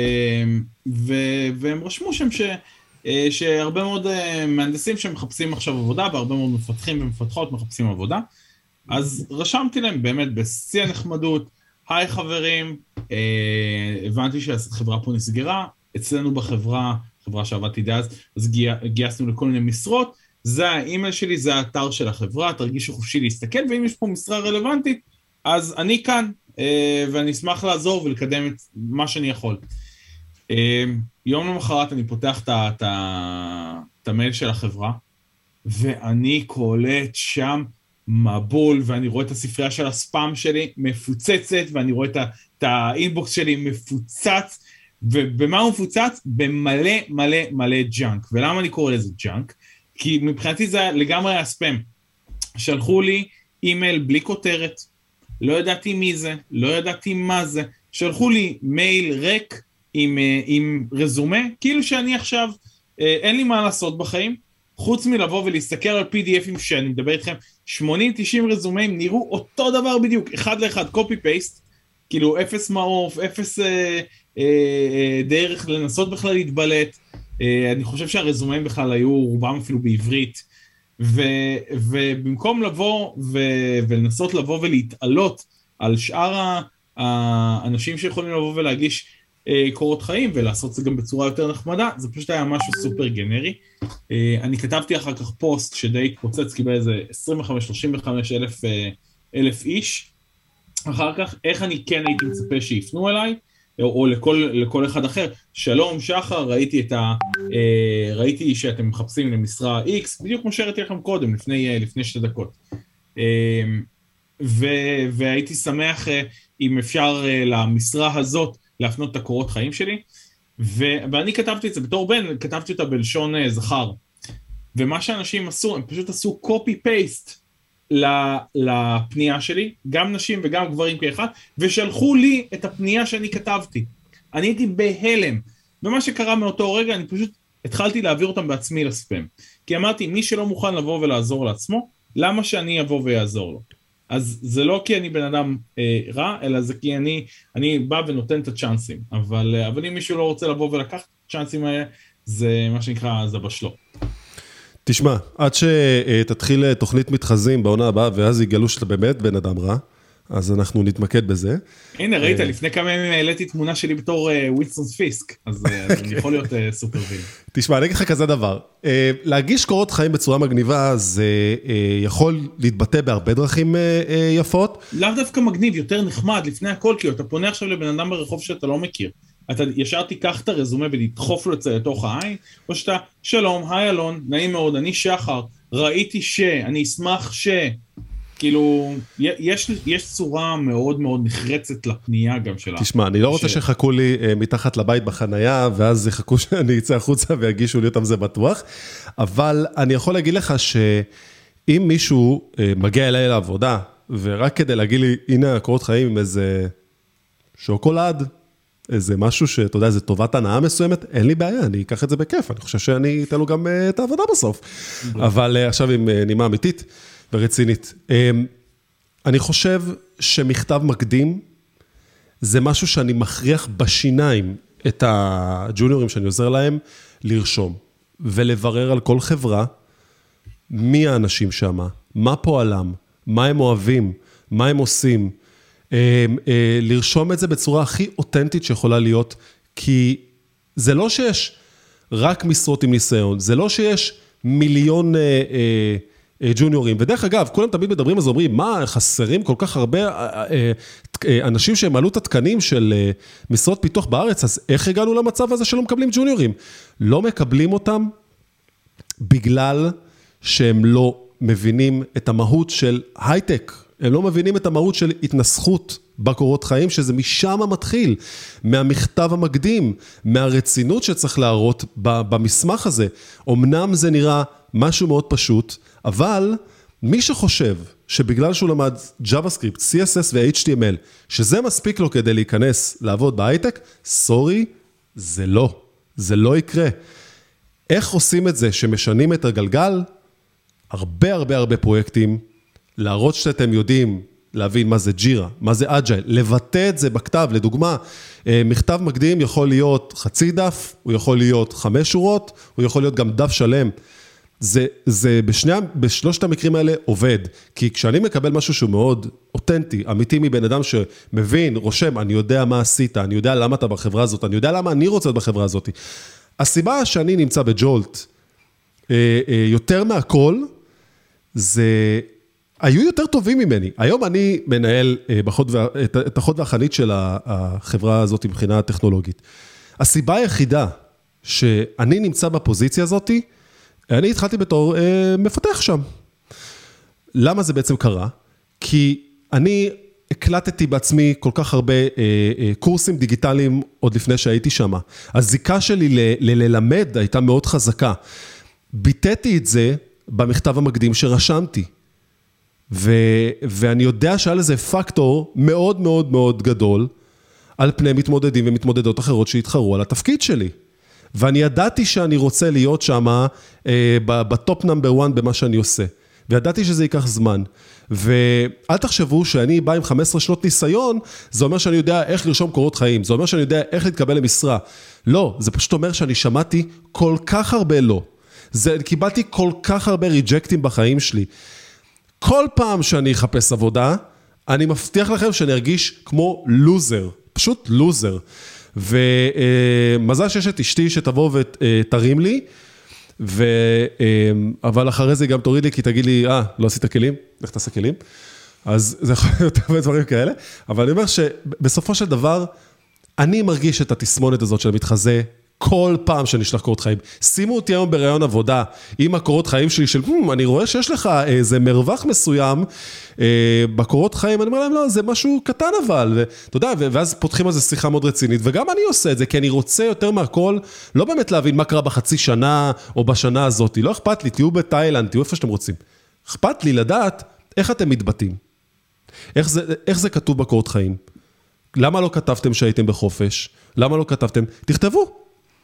והם רשמו שם ש... שהרבה מאוד מהנדסים שמחפשים עכשיו עבודה, והרבה מאוד מפתחים ומפתחות מחפשים עבודה, אז רשמתי להם באמת בשיא הנחמדות, היי חברים, הבנתי שהחברה פה נסגרה, אצלנו בחברה, חברה שעבדתי דאז, אז גייסנו לכל מיני משרות, זה האימייל שלי, זה האתר של החברה, תרגישו חופשי להסתכל, ואם יש פה משרה רלוונטית, אז אני כאן, ואני אשמח לעזור ולקדם את מה שאני יכול. יום למחרת אני פותח את המייל של החברה, ואני קולט שם מבול, ואני רואה את הספרייה של הספאם שלי מפוצצת, ואני רואה את האינבוקס שלי מפוצץ, ובמה הוא מפוצץ? במלא מלא מלא ג'אנק. ולמה אני קורא לזה ג'אנק? כי מבחינתי זה לגמרי הספאם. שלחו לי אימייל בלי כותרת, לא ידעתי מי זה, לא ידעתי מה זה, שלחו לי מייל ריק, עם, עם רזומה, כאילו שאני עכשיו, אין לי מה לעשות בחיים, חוץ מלבוא ולהסתכל על פי די אפים שאני מדבר איתכם, שמונים תשעים רזומאים נראו אותו דבר בדיוק, אחד לאחד, קופי פייסט, כאילו אפס מעוף, אפס אה, אה, דרך לנסות בכלל להתבלט, אה, אני חושב שהרזומאים בכלל היו רובם אפילו בעברית, ו, ובמקום לבוא ו, ולנסות לבוא ולהתעלות על שאר האנשים שיכולים לבוא ולהגיש, קורות חיים, ולעשות את זה גם בצורה יותר נחמדה, זה פשוט היה משהו סופר גנרי. אני כתבתי אחר כך פוסט שדי התפוצץ, קיבל איזה עשרים וחמש שלושים וחמש אלף, אלף איש, אחר כך, איך אני כן הייתי מצפה שיפנו אליי, או, או לכל, לכל אחד אחר, שלום שחר, ראיתי את ה... ראיתי שאתם מחפשים למשרה X, בדיוק כמו שהראיתי לכם קודם, לפני, לפני שתי דקות. ו, והייתי שמח אם אפשר למשרה הזאת, להפנות את הקורות חיים שלי, ו... ואני כתבתי את זה בתור בן, כתבתי אותה בלשון זכר, ומה שאנשים עשו, הם פשוט עשו copy-paste לפנייה שלי, גם נשים וגם גברים כאחד, ושלחו לי את הפנייה שאני כתבתי. אני הייתי בהלם, ומה שקרה מאותו רגע, אני פשוט התחלתי להעביר אותם בעצמי לספאם, כי אמרתי, מי שלא מוכן לבוא ולעזור לעצמו, למה שאני אבוא ויעזור לו? אז זה לא כי אני בן אדם אה, רע, אלא זה כי אני, אני בא ונותן את הצ'אנסים, אבל, אבל אם מישהו לא רוצה לבוא ולקחת את הצ'אנסים האלה, זה מה שנקרא, זה בשלו. תשמע, עד שתתחיל תוכנית מתחזים בעונה הבאה, ואז יגלו שאתה באמת בן אדם רע, אז אנחנו נתמקד בזה. הנה, ראית, לפני כמה ימים העליתי תמונה שלי בתור ווילסון פיסק, אז אני יכול להיות סופר ויל. תשמע, אני אגיד לך כזה דבר, להגיש קורות חיים בצורה מגניבה, זה יכול להתבטא בהרבה דרכים יפות. לאו דווקא מגניב, יותר נחמד, לפני הכל, כי אתה פונה עכשיו לבן אדם ברחוב שאתה לא מכיר. אתה ישר תיקח את הרזומה ולדחוף לו את זה לתוך העין, או שאתה, שלום, היי אלון, נעים מאוד, אני שחר, ראיתי ש, אני אשמח ש... כאילו, יש, יש צורה מאוד מאוד נחרצת לפנייה גם שלה. תשמע, אני לא רוצה שחכו לי מתחת לבית בחנייה, ואז יחכו שאני אצא החוצה ויגישו לי אותם, זה בטוח. אבל אני יכול להגיד לך שאם מישהו מגיע אליי לעבודה, ורק כדי להגיד לי, הנה הקורות חיים עם איזה שוקולד, איזה משהו שאתה יודע, איזה טובת הנאה מסוימת, אין לי בעיה, אני אקח את זה בכיף. אני חושב שאני אתן לו גם את העבודה בסוף. אבל עכשיו עם נימה אמיתית, ורצינית. אני חושב שמכתב מקדים, זה משהו שאני מכריח בשיניים את הג'וניורים שאני עוזר להם, לרשום, ולברר על כל חברה, מי האנשים שם, מה פועלם, מה הם אוהבים, מה הם עושים, לרשום את זה בצורה הכי אותנטית שיכולה להיות, כי זה לא שיש רק משרות עם ניסיון. זה לא שיש מיליון אה, אה, ג'וניורים, ודרך אגב, כולם תמיד מדברים, אז אומרים, מה, חסרים כל כך הרבה אה, אה, אנשים שהם עלו את התקנים של אה, משרות פיתוח בארץ, אז איך הגענו למצב הזה שלא מקבלים ג'וניורים? לא מקבלים אותם בגלל שהם לא מבינים את המהות של הייטק, הם לא מבינים את המהות של התנסחות בקורות חיים, שזה משם מתחיל, מהמכתב המקדים, מהרצינות שצריך להראות במסמך הזה. אמנם זה נראה משהו מאוד פשוט, אבל מי שחושב שבגלל שהוא למד JavaScript, סי אס אס ו-אייץ' טי אם אל, שזה מספיק לו כדי להיכנס לעבוד בהייטק, סורי, זה לא, זה לא יקרה. איך עושים את זה שמשנים את הגלגל? הרבה הרבה הרבה פרויקטים, להראות שאתם יודעים להבין מה זה ג'ירה, מה זה אג'ייל, לבטא את זה בכתב, לדוגמה, מכתב מקדים יכול להיות חצי דף, הוא יכול להיות חמש שורות, הוא יכול להיות גם דף שלם. זה, זה בשני, בשלושת המקרים האלה עובד, כי כשאני מקבל משהו שהוא מאוד אותנטי, אמיתי מבן אדם שמבין, רושם, אני יודע מה עשית, אני יודע למה אתה בחברה הזאת, אני יודע למה אני רוצה להיות בחברה הזאת. הסיבה שאני נמצא בג'ולט, יותר מהכל, זה היו יותר טובים ממני. היום אני מנהל בחוד וה, את, את החוד והחנית של החברה הזאת מבחינה טכנולוגית. הסיבה היחידה שאני נמצא בפוזיציה הזאת, אני התחלתי בתור אה, מפתח שם. למה זה בעצם קרה? כי אני הקלטתי בעצמי כל כך הרבה אה, אה, קורסים דיגיטליים עוד לפני שהייתי שם. הזיקה שלי ל- ל- ללמד הייתה מאוד חזקה. ביטאתי את זה במכתב המקדים שרשמתי. ו- ואני יודע שהיה לזה פקטור מאוד מאוד מאוד גדול על פני מתמודדים ומתמודדות אחרות שהתחרו על התפקיד שלי. ואני ידעתי שאני רוצה להיות שם אה, בטופ נאמבר אחת במה שאני עושה. וידעתי שזה ייקח זמן. ואל תחשבו שאני בא עם חמש עשרה שנות ניסיון, זה אומר שאני יודע איך לרשום קורות חיים, זה אומר שאני יודע איך להתקבל למשרה. לא, זה פשוט אומר שאני שמעתי כל כך הרבה לא. זה, קיבלתי כל כך הרבה ריג'קטים בחיים שלי. כל פעם שאני אחפש עבודה, אני מבטיח לכם שאני ארגיש כמו לוזר, פשוט לוזר. ומזל שיש את אשתי שתבוא ותרים לי, ו... אבל אחרי זה גם תוריד לי, כי תגיד לי, אה, לא עשית כלים? איך תעשה כלים? אז זה יכול להיות הרבה דברים כאלה, אבל אני אומר שבסופו של דבר, אני מרגיש את התסמונת הזאת של המתחזה, כל פעם שנשלח קורות חיים. שימו אותי היום ברעיון עבודה, עם הקורות חיים שלי של, אני רואה שיש לך איזה מרווח מסוים, בקורות חיים, אני אומר להם, לא, זה משהו קטן אבל, ואתה יודע, ואז פותחים על זה שיחה מאוד רצינית, וגם אני עושה את זה, כי אני רוצה יותר מהכל, לא באמת להבין מה קרה בחצי שנה, או בשנה הזאת, לא אכפת לי, תהיו בתאילנד, תהיו איפה שאתם רוצים. אכפת לי לדעת איך אתם מתבטאים, איך זה, איך זה כתוב בקורות חיים. למה לא כתבתם שהייתם בחופש? למה לא כתבתם? תכתבו.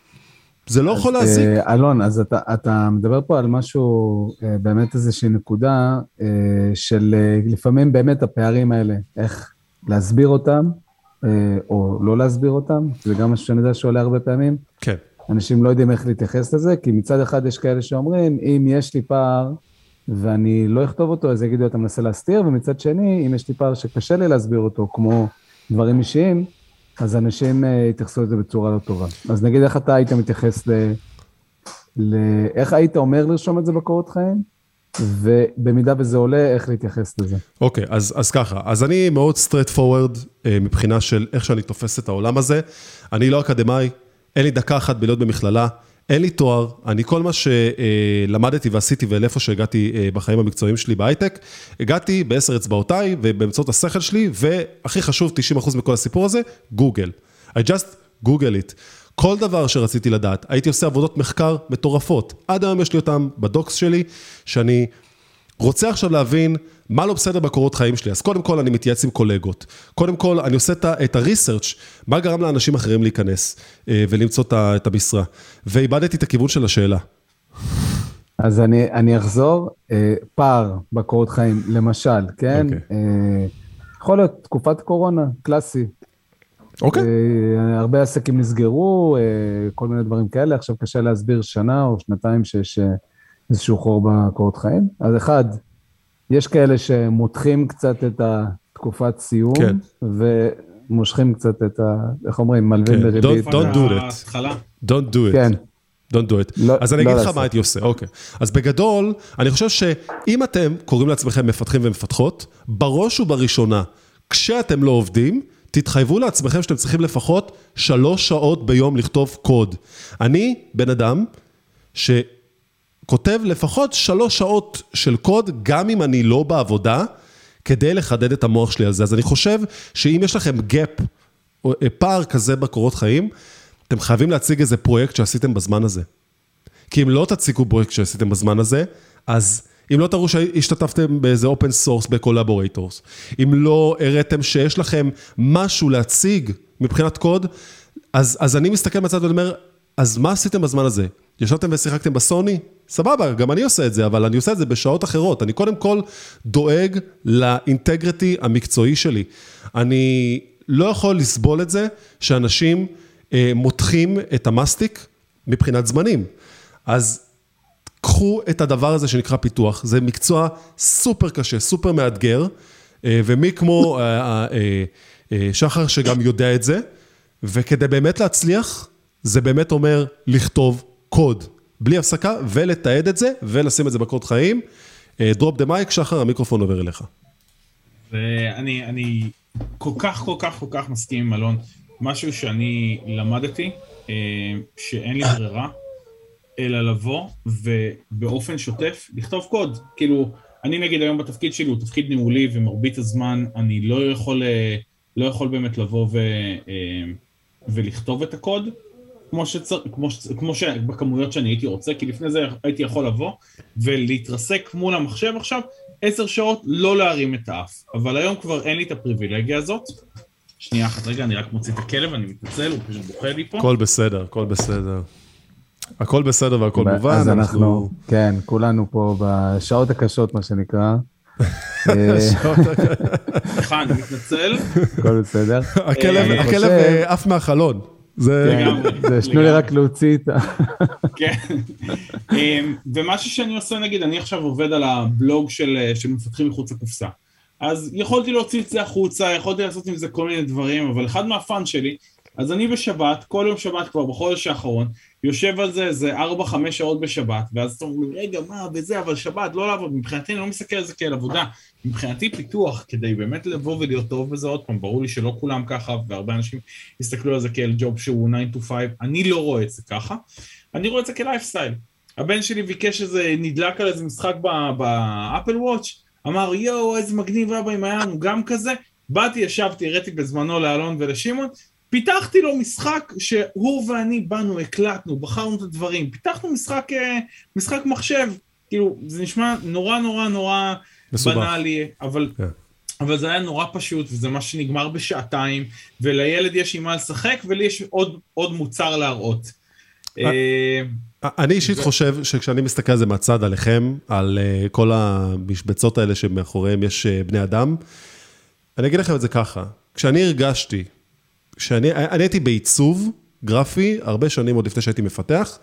זה לא יכול להזיק. אלון, אז אתה, אתה מדבר פה על משהו, באמת איזושהי נקודה, של לפעמים באמת הפערים האלה, איך להסביר אותם, או לא להסביר אותם, זה גם משהו שאני יודע שעולה הרבה פעמים. כן. אנשים לא יודעים איך להתייחס לזה, כי מצד אחד יש כאלה שאומרים, אם יש לי פער, ואני לא אכתוב אותו, אז יגידו, אתה מנסה להסתיר, ומצד שני, אם יש לי פער שקשה לי להסביר אותו, כמו דברים אישיים, אז אנשים יתייחסו לזה בצורה לא טובה. אז נגיד איך אתה היית מתייחס ל... ל... איך היית אומר לרשום את זה בקורות חיים, ובמידה וזה עולה, איך להתייחס לזה. אוקיי, okay, אז, אז ככה. אז אני מאוד straight forward מבחינה של איך שאני תופס את העולם הזה. אני לא אקדמאי, אין לי דקה אחת בלהיות במכללה, אין לי תואר, אני כל מה שלמדתי ועשיתי ולאיפה שהגעתי בחיים המקצועיים שלי בהייטק, הגעתי בעשר אצבעותיי ובאמצעות השכל שלי, והכי חשוב, תשעים אחוז מכל הסיפור הזה, גוגל. I just Google it. כל דבר שרציתי לדעת, הייתי עושה עבודות מחקר מטורפות. עד היום יש לי אותם בדוקס שלי, שאני רוצה עכשיו להבין מה לא בסדר בקורות חיים שלי. אז קודם כל אני מתייעץ עם קולגות. קודם כל אני עושה את ה-research, מה גרם לאנשים אחרים להיכנס ולמצוא את המשרה. ואיבדתי את הכיוון של השאלה. אז אני, אני אחזור, פער בקורות חיים, למשל, כן? Okay. יכול להיות תקופת קורונה, קלאסי. אוקיי. Okay. הרבה עסקים נסגרו, כל מיני דברים כאלה, עכשיו קשה להסביר שנה או שנתיים שיש איזשהו חור בקורות חיים. אז אחד, יש כאלה שמותחים קצת את התקופת סיום, כן. ומושכים קצת את ה... איך אומרים? מלווים כן. בריבית. Don't, don't do it. Don't do it. כן. don't do it. לא, אז אני לא אגיד לך לעשות. מה הייתי עושה, אוקיי. אז בגדול, אני חושב שאם אתם קוראים לעצמכם מפתחים ומפתחות, בראש ובראשונה, כשאתם לא עובדים, תתחייבו לעצמכם שאתם צריכים לפחות שלוש שעות ביום לכתוב קוד. אני בן אדם שכותב לפחות שלוש שעות של קוד, גם אם אני לא בעבודה, כדי לחדד את המוח שלי על זה. אז אני חושב שאם יש לכם גאפ, או פער כזה בקורות חיים, אתם חייבים להציג איזה פרויקט שעשיתם בזמן הזה. כי אם לא תציקו פרויקט שעשיתם בזמן הזה, אז אם לא תראו שהשתתפתם באיזה אופן סורס בקולבורייטורס, אם לא הראיתם שיש לכם משהו להציג מבחינת קוד, אז, אז אני מסתכל מצד ואומר, אז מה עשיתם בזמן הזה? ישבתם ושיחקתם בסוני? סבבה, גם אני עושה את זה, אבל אני עושה את זה בשעות אחרות. אני קודם כל דואג לאינטגריטי המקצועי שלי. אני לא יכול לסבול את זה שאנשים אה, מותחים את המסטיק מבחינת זמנים. אז קחו את הדבר הזה שנקרא פיתוח, זה מקצוע סופר קשה, סופר מאתגר, ומי כמו שחר שגם יודע את זה, וכדי באמת להצליח, זה באמת אומר לכתוב קוד, בלי הפסקה, ולתעד את זה, ולשים את זה בקוד חיים. דרופ דה מייק, שחר, המיקרופון עובר אליך. ואני אני כל כך, כל כך, כל כך מסכים עם אלון, משהו שאני למדתי, שאין לי ברירה, אלא לבוא ובאופן שוטף לכתוב קוד. כאילו, אני נגיד היום בתפקיד שלי, הוא תפקיד ניהולי, ומרבית הזמן אני לא יכול, לא יכול באמת לבוא ו, ולכתוב את הקוד, כמו שצר, כמו, כמו שבכמויות שאני הייתי רוצה, כי לפני זה הייתי יכול לבוא ולהתרסק מול המחשב עכשיו, עשר שעות לא להרים את האף. אבל היום כבר אין לי את הפריבילגיה הזאת. שנייה אחת, רגע, אני רק מוציא את הכלב, אני מתנצל, הוא פשוט בוכה לי פה. הכל בסדר, הכל בסדר. הכל בסדר והכל מובן. אז אנחנו, כן, כולנו פה בשעות הקשות, מה שנקרא. סליחה, אני מתנצל. הכל בסדר. הכלב עף מהחלון. זה שנו לי רק להוציא את ה... כן. ומשהו שאני עושה, נגיד, אני עכשיו עובד על הבלוג של מפתחים מחוץ לקופסה. אז יכולתי להוציא את זה החוצה, יכולתי לעשות עם זה כל מיני דברים, אבל אחד מהפאן שלי, אז אני בשבת, כל יום שבת כבר בחודש האחרון, יושב על זה, זה ארבע חמש שעות בשבת, ואז אתה אומר, רגע, מה, וזה, אבל שבת, לא לעבוד, מבחינתי אני לא מסתכל על זה כאל עבודה, מבחינתי פיתוח, כדי באמת לבוא ולהיות טוב בזה עוד פעם, ברור לי שלא כולם ככה, והרבה אנשים יסתכלו על זה כאל ג'וב שהוא nine to five, אני לא רואה את זה ככה, אני רואה את זה כלייפסטייל. הבן שלי ביקש איזה, נדלק על איזה משחק באפל וואץ', אמר, יואו, איזה מגניב אבא, אם היה לנו גם כזה, באתי, ישבתי, הראיתי בזמנו לאלון ולשימון, פיתחתי לו משחק שהוא ואני באנו, הקלטנו, בחרנו את הדברים, פיתחנו משחק, משחק מחשב, כאילו, זה נשמע נורא נורא נורא בנאלי, אבל, yeah. אבל זה היה נורא פשוט, וזה מה שנגמר בשעתיים, ולילד יש עם מה לשחק, ולי יש עוד, עוד מוצר להראות. אני אישית חושב שכשאני מסתכל על זה מהצד עליכם, על כל המשבצות האלה שמאחוריהם יש בני אדם, אני אגיד לכם את זה ככה, כשאני הרגשתי, כשאני אני הייתי בעיצוב גרפי, הרבה שנים עוד לפני שהייתי מפתח,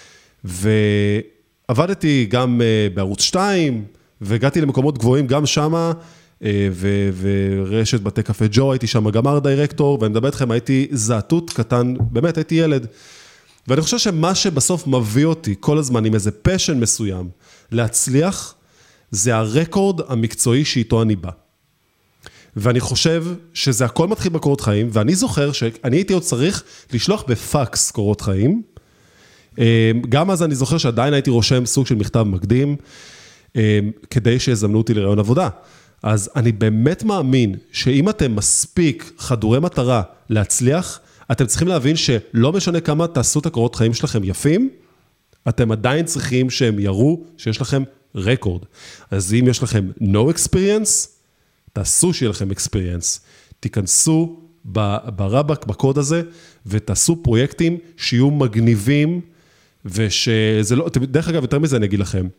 ועבדתי גם בערוץ שתיים, והגעתי למקומות גבוהים גם שמה, ו- ורשת בתי קפה ג'ו, הייתי שם גם ארט דירקטור, ואני מדבר אתכם, הייתי זעתות קטן, באמת הייתי ילד, ואני חושב שמה שבסוף מביא אותי כל הזמן עם איזה פשן מסוים להצליח, זה הרקורד המקצועי שאיתו אני בא. ואני חושב שזה הכל מתחיל בקורות חיים, ואני זוכר שאני הייתי עוד צריך לשלוח בפקס קורות חיים, גם אז אני זוכר שעדיין הייתי רושם סוג של מכתב מקדים, כדי שיזמנו אותי לרעיון עבודה. אז אני באמת מאמין שאם אתם מספיק חדורי מטרה להצליח, אתם צריכים להבין שלא משנה כמה תעשו את הקורות חיים שלכם יפים, אתם עדיין צריכים שהם יראו שיש לכם רקורד. אז אם יש לכם no experience, תעשו שיהיה לכם experience. תיכנסו ברבק, בקוד הזה, ותעשו פרויקטים שיהיו מגניבים, ושזה לא, דרך אגב, יותר מזה אני אגיד לכם,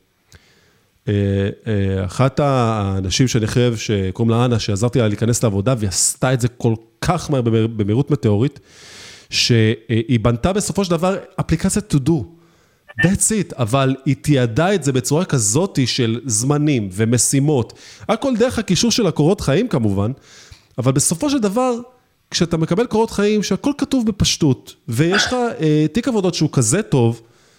אחת האנשים שאני חייב, שקוראים לה אנה, שעזרתי לה להיכנס לעבודה, והיא עשתה את זה כל כך מהר במהירות מטאורית, שהיא בנתה בסופו של דבר אפליקציה to do. That's it, אבל היא תיעדה את זה בצורה כזאת של זמנים ומשימות, הכל דרך הקישור של הקורות חיים כמובן, אבל בסופו של דבר, כשאתה מקבל קורות חיים שהכל כתוב בפשטות, ויש לך אה, תיק עבודות שהוא כזה טוב,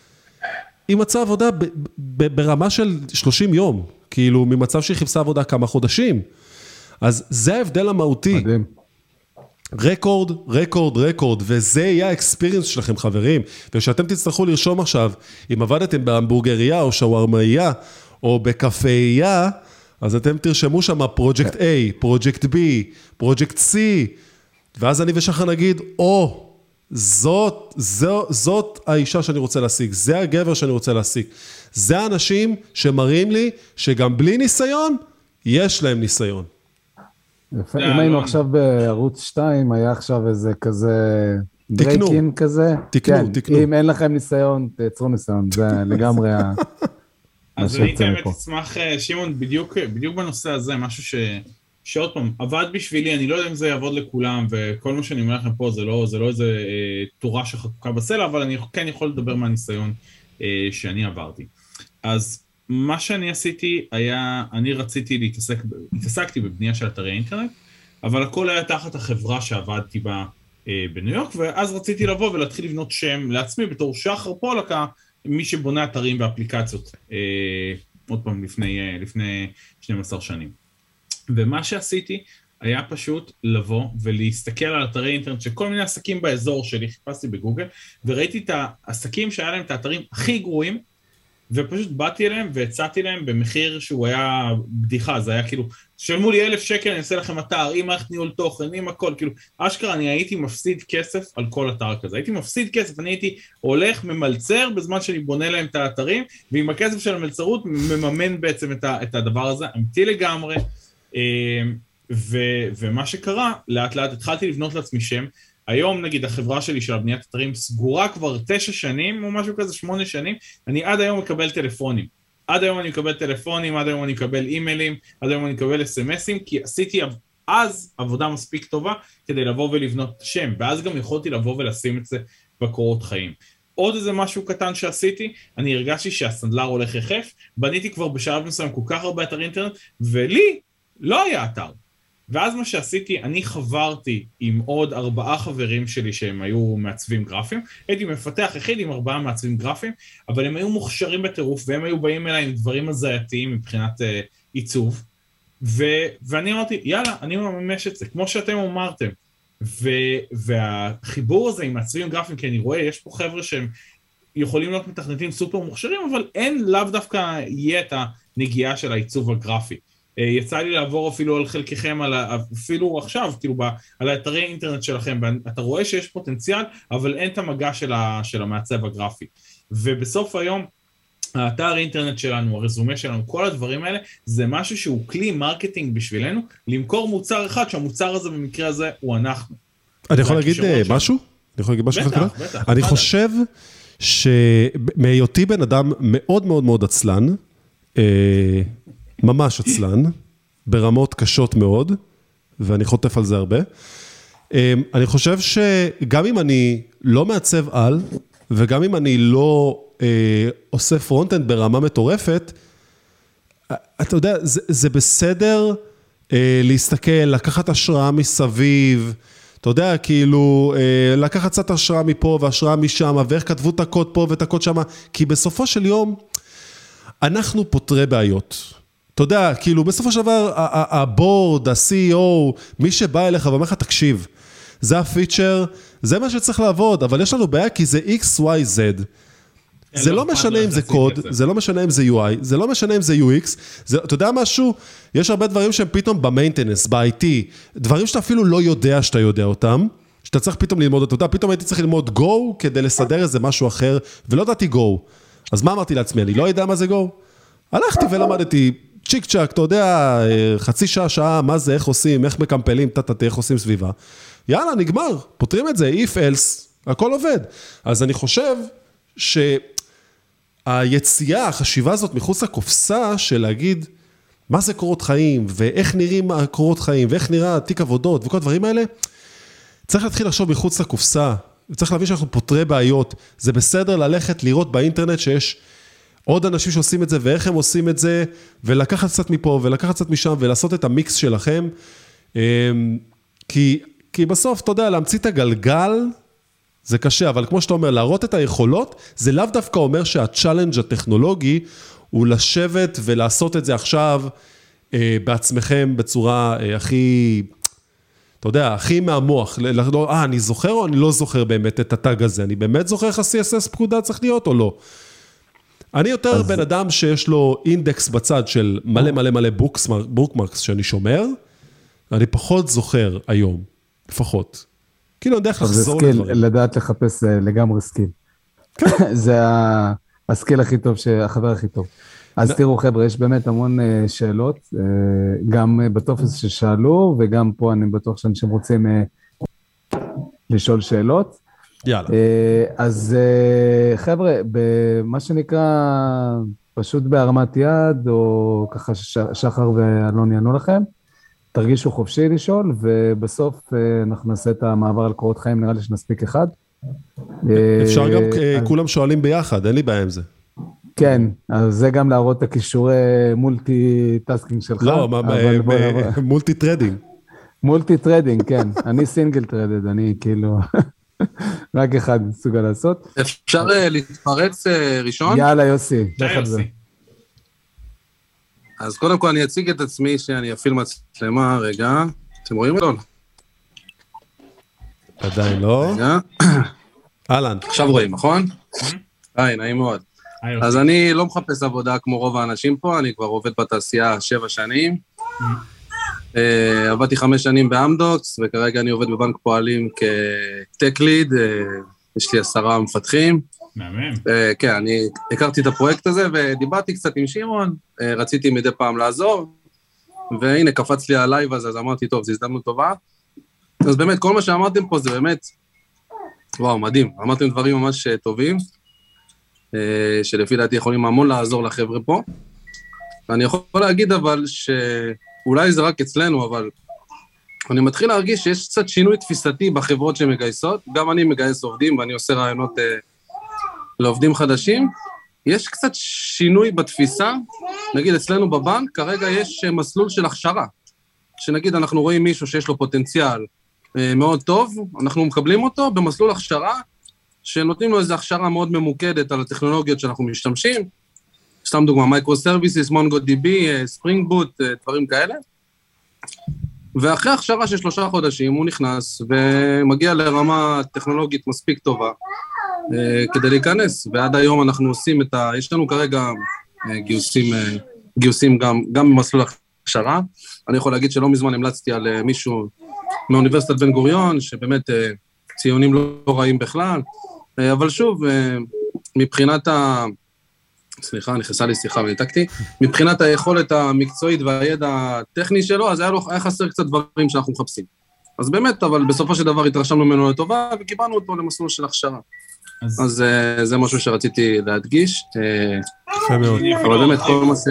היא מצאה עבודה ב, ב, ברמה של שלושים יום, כאילו ממצב שהיא חיפשה עבודה כמה חודשים. אז זה ההבדל המהותי. מדהים. רקורד, רקורד, רקורד, וזה יהיה האקספיריינס שלכם, חברים. ושאתם תצטרכו לרשום עכשיו, אם עבדתם בהמבורגריה או שווארמיה, או בקפאייה, אז אתם תרשמו שם פרויקט A, פרויקט B, פרויקט C, ואז אני ושחר נגיד, או, זאת, זאת, זאת האישה שאני רוצה להשיג, זה הגבר שאני רוצה להשיג. זה האנשים שמראים לי שגם בלי ניסיון, יש להם ניסיון. יפה, אם היינו עכשיו בערוץ שתיים, היה עכשיו איזה כזה ברייקין כזה. תקנו, תקנו. אם אין לכם ניסיון, תייצרו ניסיון, זה לגמרי ה... אז אני באמת אשמח, שמעון, בדיוק בנושא הזה, משהו ש... שעוד פעם, עבד בשבילי, אני לא יודע אם זה יעבוד לכולם, וכל מה שאני אומר לכם פה, זה לא, זה לא איזה אה, תורה שחקוקה בסלע, אבל אני כן יכול לדבר מהניסיון אה, שאני עברתי. אז מה שאני עשיתי היה, אני רציתי להתעסק, התעסקתי בבנייה של אתרי אינטרנט, אבל הכל היה תחת החברה שעבדתי בה אה, בניו יורק, ואז רציתי לבוא ולהתחיל לבנות שם לעצמי, בתור שחר פולקה, מי שבונה אתרים ואפליקציות, אה, עוד פעם לפני, אה, לפני שנים עשר שנים. ומה שעשיתי היה פשוט לבוא ולהסתכל על אתרי אינטרנט של כל מיני עסקים באזור שלי, חיפשתי בגוגל, וראיתי את העסקים שהיה להם את האתרים הכי גרועים, ופשוט באתי אליהם והצעתי להם במחיר שהוא היה בדיחה, זה היה כאילו, שלמו לי אלף שקל, אני אעשה לכם אתר, עם מערכת ניהול תוכן, עם הכל, כאילו, אשכרה אני הייתי מפסיד כסף על כל אתר כזה, הייתי מפסיד כסף, אני הייתי הולך ממלצר בזמן שאני בונה להם את האתרים, ועם הכסף של המלצרות מממן בעצם את, ה, את הדבר הזה, אמיתי לגמרי, ו, ומה שקרה, לאט לאט התחלתי לבנות לעצמי שם, היום נגיד החברה שלי של הבניית אתרים סגורה כבר תשע שנים או משהו כזה, שמונה שנים, אני עד היום מקבל טלפונים, עד היום אני מקבל טלפונים, עד היום אני מקבל אימיילים, עד היום אני מקבל אס-אמסים, כי עשיתי אז עבודה מספיק טובה כדי לבוא ולבנות שם, ואז גם יכולתי לבוא ולשים את זה בקורות חיים. עוד איזה משהו קטן שעשיתי, אני הרגשתי שהסנדלר הולך יחף, בניתי כבר בשלב מסוים כל כך הרבה אתר אינטרנט, ולי לא היה אתר. ואז מה שעשיתי, אני חברתי עם עוד ארבעה חברים שלי שהם היו מעצבים גרפיים, הייתי מפתח יחיד עם ארבעה מעצבים גרפיים, אבל הם היו מוכשרים בטירוף, והם היו באים אליי עם דברים הזייתיים מבחינת uh, עיצוב, ו- ואני אמרתי, יאללה, אני מממש את זה, כמו שאתם אמרתם, ו- והחיבור הזה עם מעצבים גרפיים, כי אני רואה, יש פה חבר'ה שהם יכולים להיות מתכנתים סופר מוכשרים, אבל אין לאו דווקא יהיה את הנגיעה של העיצוב הגרפי. יצא לי לעבור אפילו על חלקכם, על, אפילו עכשיו, כאילו, על האתרי אינטרנט שלכם, ואתה רואה שיש פוטנציאל, אבל אין את המגע של, ה, של המעצב הגרפי. ובסוף היום, האתר אינטרנט שלנו, הרזומה שלנו, כל הדברים האלה, זה משהו שהוא כלי מרקטינג בשבילנו, למכור מוצר אחד, שהמוצר הזה במקרה הזה הוא אנחנו. אני יכול להגיד משהו? אני יכול להגיד משהו? בטח, בטח. אני חושב שמהיותי בן אדם מאוד מאוד מאוד עצלן, ממש עצלן, ברמות קשות מאוד, ואני חוטף על זה הרבה. אני חושב שגם אם אני לא מעצב על, וגם אם אני לא עושה פרונט-אנד ברמה מטורפת, אתה יודע, זה, זה בסדר להסתכל, לקחת השראה מסביב, אתה יודע, כאילו, לקחת קצת השראה מפה והשראה משם, ואיך כתבו את הקוד פה ואת הקוד שם, כי בסופו של יום, אנחנו פותרי בעיות. אתה יודע, כאילו, בסופו של דבר, הבורד, ה-סי אי או, מי שבא אליך ואומר לך, תקשיב, זה הפיצ'ר, זה מה שצריך לעבוד, אבל יש לנו בעיה כי זה X, Y, Z. זה לא משנה אם זה קוד, זה לא משנה אם זה יו איי, זה לא משנה אם זה יו אקס, אתה יודע משהו? יש הרבה דברים שהם פתאום במיינטנס, ב-איי טי, דברים שאתה אפילו לא יודע שאתה יודע אותם, שאתה צריך פתאום ללמוד, אתה יודע, פתאום הייתי צריך ללמוד Go כדי לסדר איזה משהו אחר, ולא ידעתי Go. אז מה אמרתי לעצמי? אני לא יודע מה זה Go. הלכתי ולמדתי צ'יק צ'ק, אתה יודע, חצי שעה, שעה, מה זה, איך עושים, איך מקמפלים, תתתי, איך עושים סביבה. יאללה, נגמר, פותרים את זה, if else, הכל עובד. אז אני חושב שהיציאה, החשיבה הזאת מחוץ לקופסה של להגיד, מה זה קורות חיים, ואיך נראים הקורות חיים, ואיך נראה תיק עבודות, וכל הדברים האלה, צריך להתחיל לחשוב מחוץ לקופסה, צריך להבין שאנחנו פותרי בעיות, זה בסדר ללכת לראות באינטרנט שיש עוד אנשים שעושים את זה, ואיך הם עושים את זה, ולקחת קצת מפה, ולקחת קצת משם, ולעשות את המיקס שלכם, כי, כי בסוף, אתה יודע, להמציא את הגלגל, זה קשה, אבל כמו שאתה אומר, להראות את היכולות, זה לאו דווקא אומר שהצ'אלנג' הטכנולוגי הוא לשבת ולעשות את זה עכשיו אה, בעצמכם בצורה אה, הכי, אתה יודע, הכי מהמוח. אה, אני זוכר או אני לא זוכר באמת את הטאג הזה? אני באמת זוכר איך ה-סי אס אס פקודה צריך להיות או לא? אני יותר אז... בן אדם שיש לו אינדקס בצד של מלא מלא מלא בוקמרקס שאני שומר, אני פחות זוכר היום, לפחות. כאילו אני יודע איך לחזור לדברים. זה סקיל, לדעת לחפש לגמרי סקיל. זה הסקיל הכי טוב, החבר הכי טוב. אז תראו חבר'ה, יש באמת המון שאלות, גם בטופס ששאלו, וגם פה אני בטוח שאנשים רוצים לשאול שאלות. יאללה. אז חבר'ה, במה שנקרא, פשוט בהרמת יד, או ככה שחר ואלון יענו לכם, תרגישו חופשי לשאול, ובסוף אנחנו נעשה את המעבר על קורות חיים, נראה לי שנספיק אחד. אפשר גם כולם שואלים ביחד, אין לי בעיה עם זה. כן, אז זה גם להראות את הכישורי מולטי טסקינג שלך. לא, מולטי טרדינג. מולטי טרדינג, כן. אני סינגל טרדד, אני כאילו, רק אחד מסוגל לעשות. אפשר להתפרץ ראשון? יאללה, יוסי. אז קודם כל אני אציג את עצמי, שאני אפעיל מצלמה, רגע. אתם רואים אלון? עדיין לא. רגע. אהלן. עכשיו רואים, נכון? היי, נעים מאוד. אז אני לא מחפש עבודה כמו רוב האנשים פה, אני כבר עובד בתעשייה שבע שנים. עבדתי חמש שנים באמדוקס, וכרגע אני עובד בבנק פועלים כטק ליד, יש לי עשרה מפתחים. מאמן. כן, אני הכרתי את הפרויקט הזה, ודיברתי קצת עם שימון, רציתי מדי פעם לעזור, והנה קפץ לי הלייב הזה, אז אמרתי, טוב, זו הזדמנות טובה. אז באמת, כל מה שאמרתם פה זה באמת, וואו, מדהים, אמרתם דברים ממש טובים, שלפי דעתי יכולים המון לעזור לחבר'ה פה. ואני יכול להגיד אבל שאולי זה רק אצלנו, אבל אני מתחיל להרגיש שיש קצת שינוי תפיסתי בחברות שמגייסות, גם אני מגייס עובדים ואני עושה רעיונות אה, לעובדים חדשים, יש קצת שינוי בתפיסה, נגיד אצלנו בבנק, כרגע יש מסלול של הכשרה, שנגיד אנחנו רואים מישהו שיש לו פוטנציאל אה, מאוד טוב, אנחנו מקבלים אותו במסלול הכשרה, שנותנים לו איזו הכשרה מאוד ממוקדת על הטכנולוגיות שאנחנו משתמשים, סתם דוגמה, מייקרו סרוויסיס, מונגו די בי, ספרינג בוט, דברים כאלה, ואחרי הכשרה של שלושה חודשים הוא נכנס ומגיע לרמה טכנולוגית מספיק טובה כדי להיכנס, ועד היום אנחנו עושים את ה... יש לנו כרגע גיוסים, גיוסים גם, גם במסלול הכשרה. אני יכול להגיד שלא מזמן המלצתי על מישהו מאוניברסיטת בן גוריון, שבאמת ציונים לא רעים בכלל, אבל שוב, מבחינת ה... סליחה, נכנסה לי שיחה וניתקתי, מבחינת היכולת המקצועית והידע הטכני שלו, אז היה, לו, היה חסר קצת דברים שאנחנו מחפשים. אז באמת, אבל בסופו של דבר התרשמנו ממנו לטובה, וקיבלנו אותו למסלול של הכשרה. אז, אז זה משהו שרציתי להדגיש. יפה מאוד. אבל באמת, כל מה, ש...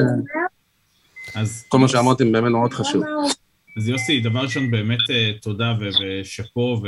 אז... כל מה שאמרתם באמת מאוד חשוב. אז יוסי, דבר ראשון באמת תודה ושפו,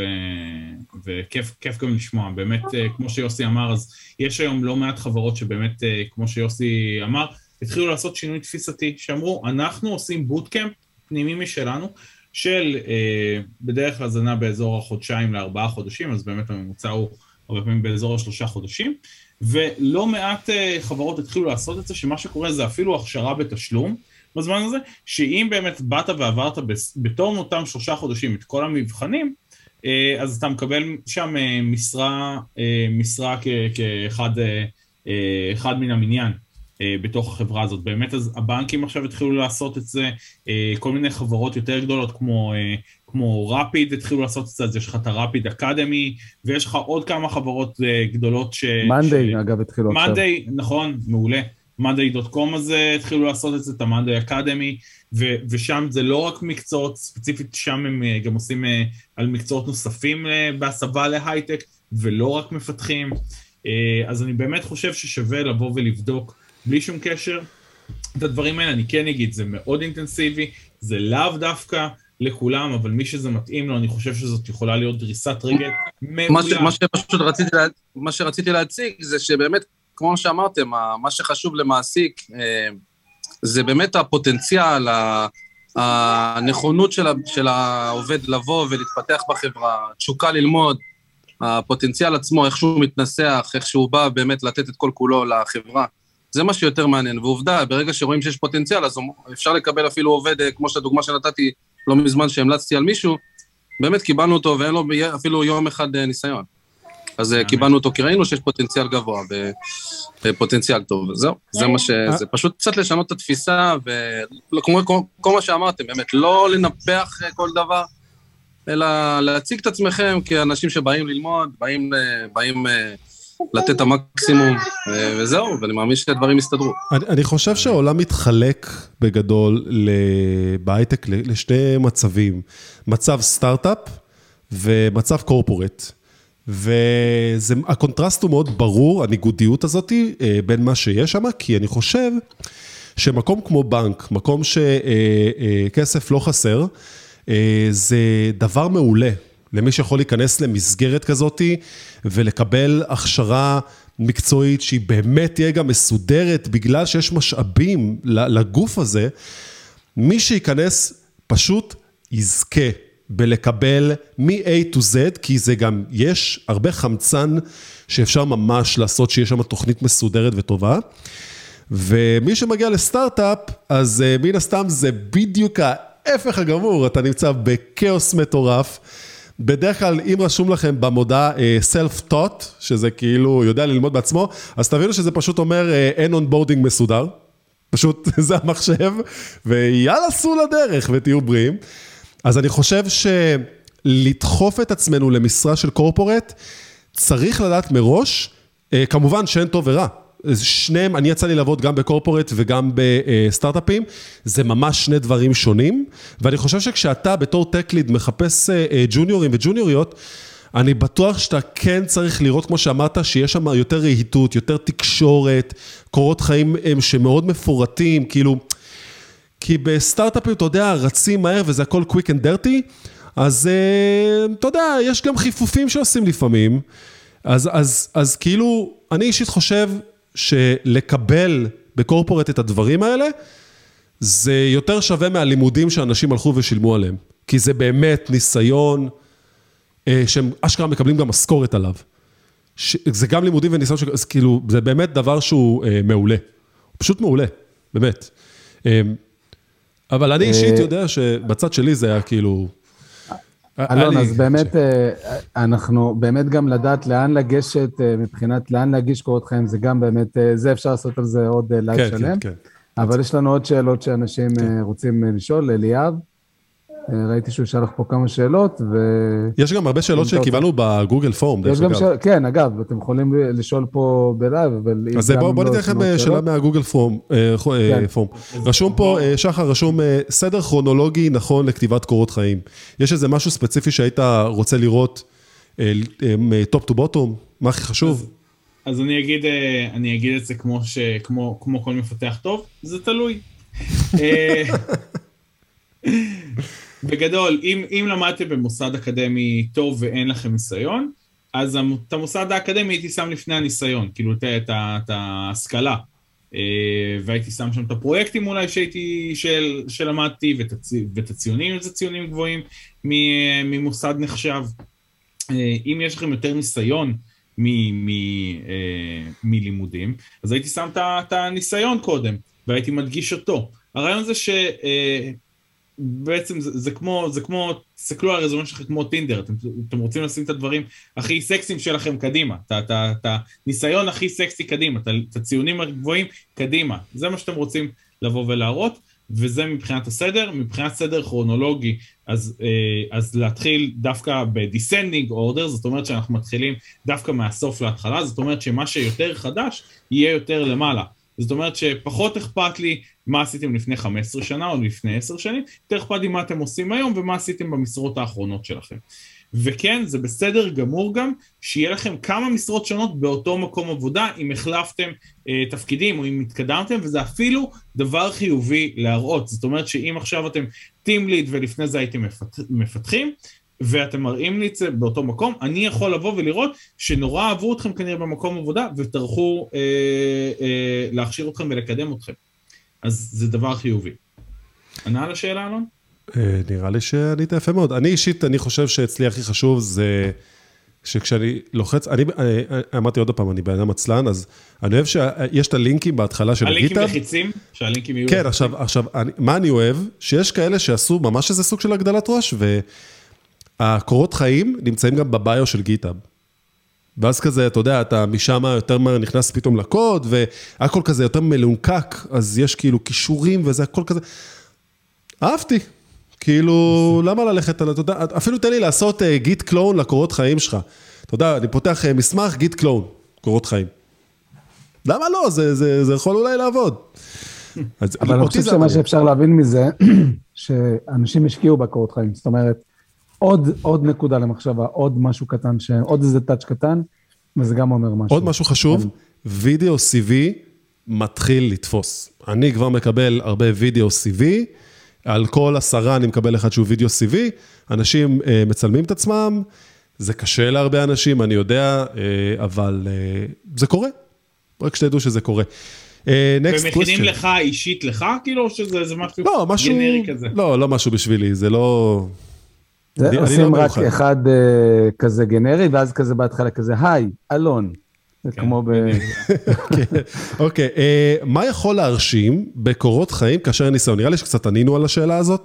וכיף גם לשמוע. באמת, כמו שיוסי אמר, אז יש היום לא מעט חברות שבאמת, כמו שיוסי אמר, התחילו לעשות שינוי תפיסתי, שאמרו, אנחנו עושים בוטקאמפ פנימי משלנו, של בדרך כלל זנה באזור החודשיים לארבעה חודשים, אז באמת הממוצע הוא הרבה פעמים באזור השלושה חודשים, ולא מעט חברות התחילו לעשות את זה, שמה שקורה זה אפילו הכשרה בתשלום, בזמן הזה, שאם באמת באת ועברת בתום אותם שלושה חודשים את כל המבחנים, אז אתה מקבל שם משרה, משרה כאחד אחד מן המניין בתוך החברה הזאת. באמת, אז הבנקים עכשיו התחילו לעשות את זה, כל מיני חברות יותר גדולות כמו, כמו רפיד התחילו לעשות את זה, אז יש לך את הרפיד אקדמי, ויש לך עוד כמה חברות גדולות ש... מנדי, ש... אגב, התחילו עכשיו. מנדי, נכון, מעולה. מאנדיי דוט קום הזה התחילו לעשות את זה, את המאנדיי אקדמי, ו- ושם זה לא רק מקצועות, ספציפית שם הם גם עושים על מקצועות נוספים בהסבה להייטק, ולא רק מפתחים, אז אני באמת חושב ששווה לבוא ולבדוק, בלי שום קשר, את הדברים האלה, אני כן אגיד, זה מאוד אינטנסיבי, זה לאו דווקא לכולם, אבל מי שזה מתאים לו, אני חושב שזאת יכולה להיות דריסת רגל מעולה. מה שפשוט רציתי, מה שרציתי להציג, זה שבאמת, כמו שאמרתם, מה שחשוב למעסיק, זה באמת הפוטנציאל, הנכונות של העובד לבוא ולהתפתח בחברה, תשוקה ללמוד, הפוטנציאל עצמו, איך שהוא מתנסח, איך שהוא בא באמת לתת את כל כולו לחברה, זה מה שיותר מעניין, ועובדה, ברגע שרואים שיש פוטנציאל, אז אפשר לקבל אפילו עובד, כמו שהדוגמה שנתתי לא מזמן שהמלצתי על מישהו, באמת קיבלנו אותו, ואין לו אפילו יום אחד ניסיון. אז קיבלנו אותו, כי ראינו שיש פוטנציאל גבוה, ופוטנציאל טוב, וזהו, זה מה ש... זה פשוט קצת לשנות את התפיסה, וכמו כל מה שאמרתם, באמת, לא לנפח כל דבר, אלא להציג את עצמכם כאנשים שבאים ללמוד, באים, באים לתת את המקסימום, וזהו, ואני מאמין שהדברים יסתדרו. אני, אני חושב שהעולם מתחלק בגדול בהייטק לשני מצבים, מצב סטארט-אפ ומצב קורפורט. והקונטרסט הוא מאוד ברור, הניגודיות הזאת בין מה שיש שם, כי אני חושב שמקום כמו בנק, מקום שכסף לא חסר, זה דבר מעולה למי שיכול להיכנס למסגרת כזאת ולקבל הכשרה מקצועית שהיא באמת תהיה גם מסודרת בגלל שיש משאבים לגוף הזה, מי שייכנס פשוט יזכה בלקבל מ-A to Z, כי זה גם, יש הרבה חמצן שאפשר ממש לעשות שיש שם תוכנית מסודרת וטובה, ומי שמגיע לסטארט-אפ, אז מן הסתם זה בדיוק ההפך הגמור, אתה נמצא בקאוס מטורף, בדרך כלל אם רשום לכם במודעה self-taught, שזה כאילו יודע ללמוד בעצמו, אז תבינו שזה פשוט אומר אין אונבורדינג מסודר, פשוט זה המחשב, ויאללה סעו לדרך ותהיו בריאים, אז אני חושב שלדחוף את עצמנו למשרה של קורפורט, צריך לדעת מראש, כמובן שאין טוב ורע. שניהם, אני יצא לי לעבוד גם בקורפורט וגם בסטארט-אפים, זה ממש שני דברים שונים, ואני חושב שכשאתה בתור טק-ליד מחפש ג'וניורים וג'וניוריות, אני בטוח שאתה כן צריך לראות, כמו שאמרת, שיש שם יותר רהיטות, יותר תקשורת, קורות חיים הם שמאוד מפורטים, כאילו... כי בסטארט-אפים, אתה יודע, רצים מהר וזה הכל quick and dirty, אז אתה יודע, יש גם חיפופים שעושים לפעמים, אז, אז, אז כאילו, אני אישית חושב שלקבל בקורפורט את הדברים האלה, זה יותר שווה מהלימודים שאנשים הלכו ושילמו עליהם, כי זה באמת ניסיון, שהם אשכרה מקבלים גם משכורת עליו. זה גם לימודים וניסיון, אז כאילו, זה באמת דבר שהוא מעולה, פשוט מעולה, באמת. אבל אני אישית יודע שבצד שלי זה היה כאילו... אלון, אז באמת, אנחנו באמת גם לדעת לאן לגשת, מבחינת לאן להגיש קורות חיים, זה גם באמת, זה אפשר לעשות על זה עוד לייב שלם, אבל יש לנו עוד שאלות שאנשים רוצים לשאול, אליאב, ראיתי שהוא שאל לך פה כמה שאלות, ו... יש גם הרבה שאלות שקיבלנו בגוגל פורם, דרך אגב. כן, אגב, אתם יכולים לשאול פה בלייב, אבל... אז בואו ניתן לכם שאלה מהגוגל פורם. רשום פה, שחר, רשום סדר כרונולוגי נכון לכתיבת קורות חיים. יש איזה משהו ספציפי שהיית רוצה לראות טופ טו בוטום? מה הכי חשוב? אז אני אגיד, אני אגיד את זה כמו ש, כמו, כמו כל מפתח טוב, זה תלוי. בגדול, אם, אם למדתם במוסד אקדמי טוב ואין לכם ניסיון, אז את המוסד האקדמי הייתי שם לפני הניסיון, כאילו את, את, את ההשכלה, והייתי שם שם את הפרויקטים אולי שהייתי, של, שלמדתי, ואת, ואת הציונים, זה ציונים גבוהים ממוסד נחשב. אם יש לכם יותר ניסיון מ, מ, מלימודים, אז הייתי שם את הניסיון קודם, והייתי מדגיש אותו. הרעיון זה ש... בעצם זה, זה כמו, זה כמו, תסתכלו על הרזומה שלכם כמו טינדר, אתם, אתם רוצים לשים את הדברים הכי סקסיים שלכם קדימה, את הניסיון הכי סקסי קדימה, את הציונים הגבוהים קדימה, זה מה שאתם רוצים לבוא ולהראות, וזה מבחינת הסדר, מבחינת סדר כרונולוגי, אז, אז להתחיל דווקא ב-descending order, זאת אומרת שאנחנו מתחילים דווקא מהסוף להתחלה, זאת אומרת שמה שיותר חדש יהיה יותר למעלה, זאת אומרת שפחות אכפת לי מה עשיתם לפני חמש עשרה שנה או לפני עשר שנים, יותר אכפת לי מה אתם עושים היום ומה עשיתם במשרות האחרונות שלכם. וכן, זה בסדר גמור גם שיהיה לכם כמה משרות שונות באותו מקום עבודה, אם החלפתם אה, תפקידים או אם התקדמתם, וזה אפילו דבר חיובי להראות. זאת אומרת שאם עכשיו אתם טים ליד ולפני זה הייתם מפת... מפתחים, ואתם מראים לי את זה באותו מקום, אני יכול לבוא ולראות שנורא אהבו אתכם כנראה במקום עבודה, ותרחו אה, אה, להכשיר אתכם ולקדם אתכם. אז זה דבר חיובי. ענה על השאלה, אלון? נראה לי שאני יפה מאוד. אני אישית, אני חושב שאצלי הכי חשוב זה שכשאני לוחץ, אני, אני, אמרתי עוד פעם, אני בן אדם עצלן, אז אני אוהב שיש את הלינקים בהתחלה של גיטאב. הלינקים לחיצים? שהלינקים יהיו... כן, עכשיו, עכשיו אני, מה אני אוהב? שיש כאלה שעשו ממש איזה סוג של הגדלת ראש, והקורות חיים נמצאים גם בביו של גיטאב. ואז כזה, אתה יודע, אתה משם יותר מהר נכנס פתאום לקוד, והכל כזה יותר מלונקק, אז יש כאילו קישורים וזה הכל כזה. אהבתי. כאילו, למה ללכת על, אתה יודע, אפילו תן לי לעשות גיט קלון לקורות חיים שלך. אתה יודע, אני פותח מסמך, גיט קלון, קורות חיים. למה לא? זה, זה, זה יכול אולי לעבוד. אבל אני חושב שמה שאפשר להבין מזה, שאנשים השקיעו בקורות חיים. זאת אומרת, עוד, עוד נקודה למחשבה, עוד משהו קטן, עוד איזה טאץ' קטן, וזה גם אומר משהו. עוד משהו חשוב, וידאו סי וי מתחיל לתפוס. אני כבר מקבל הרבה וידאו סי וי, על כל עשרה אני מקבל אחד שהוא וידאו סי וי, אנשים אה, מצלמים את עצמם, זה קשה להרבה אנשים, אני יודע, אה, אבל אה, זה קורה, רק שתדעו שזה קורה. אה, ומכינים לך אישית לך, כאילו, או שזה זה משהו, לא, משהו גנרי כזה? לא, לא משהו בשבילי, זה לא... זה אני, עושים אני לא רק מיוחד. אחד uh, כזה גנרי, ואז כזה בהתחלה כזה, היי, אלון. זה כן, כמו ב... אוקיי, מה יכול להרשים בקורות חיים כאשר אין ניסיון? נראה לי שקצת ענינו על השאלה הזאת.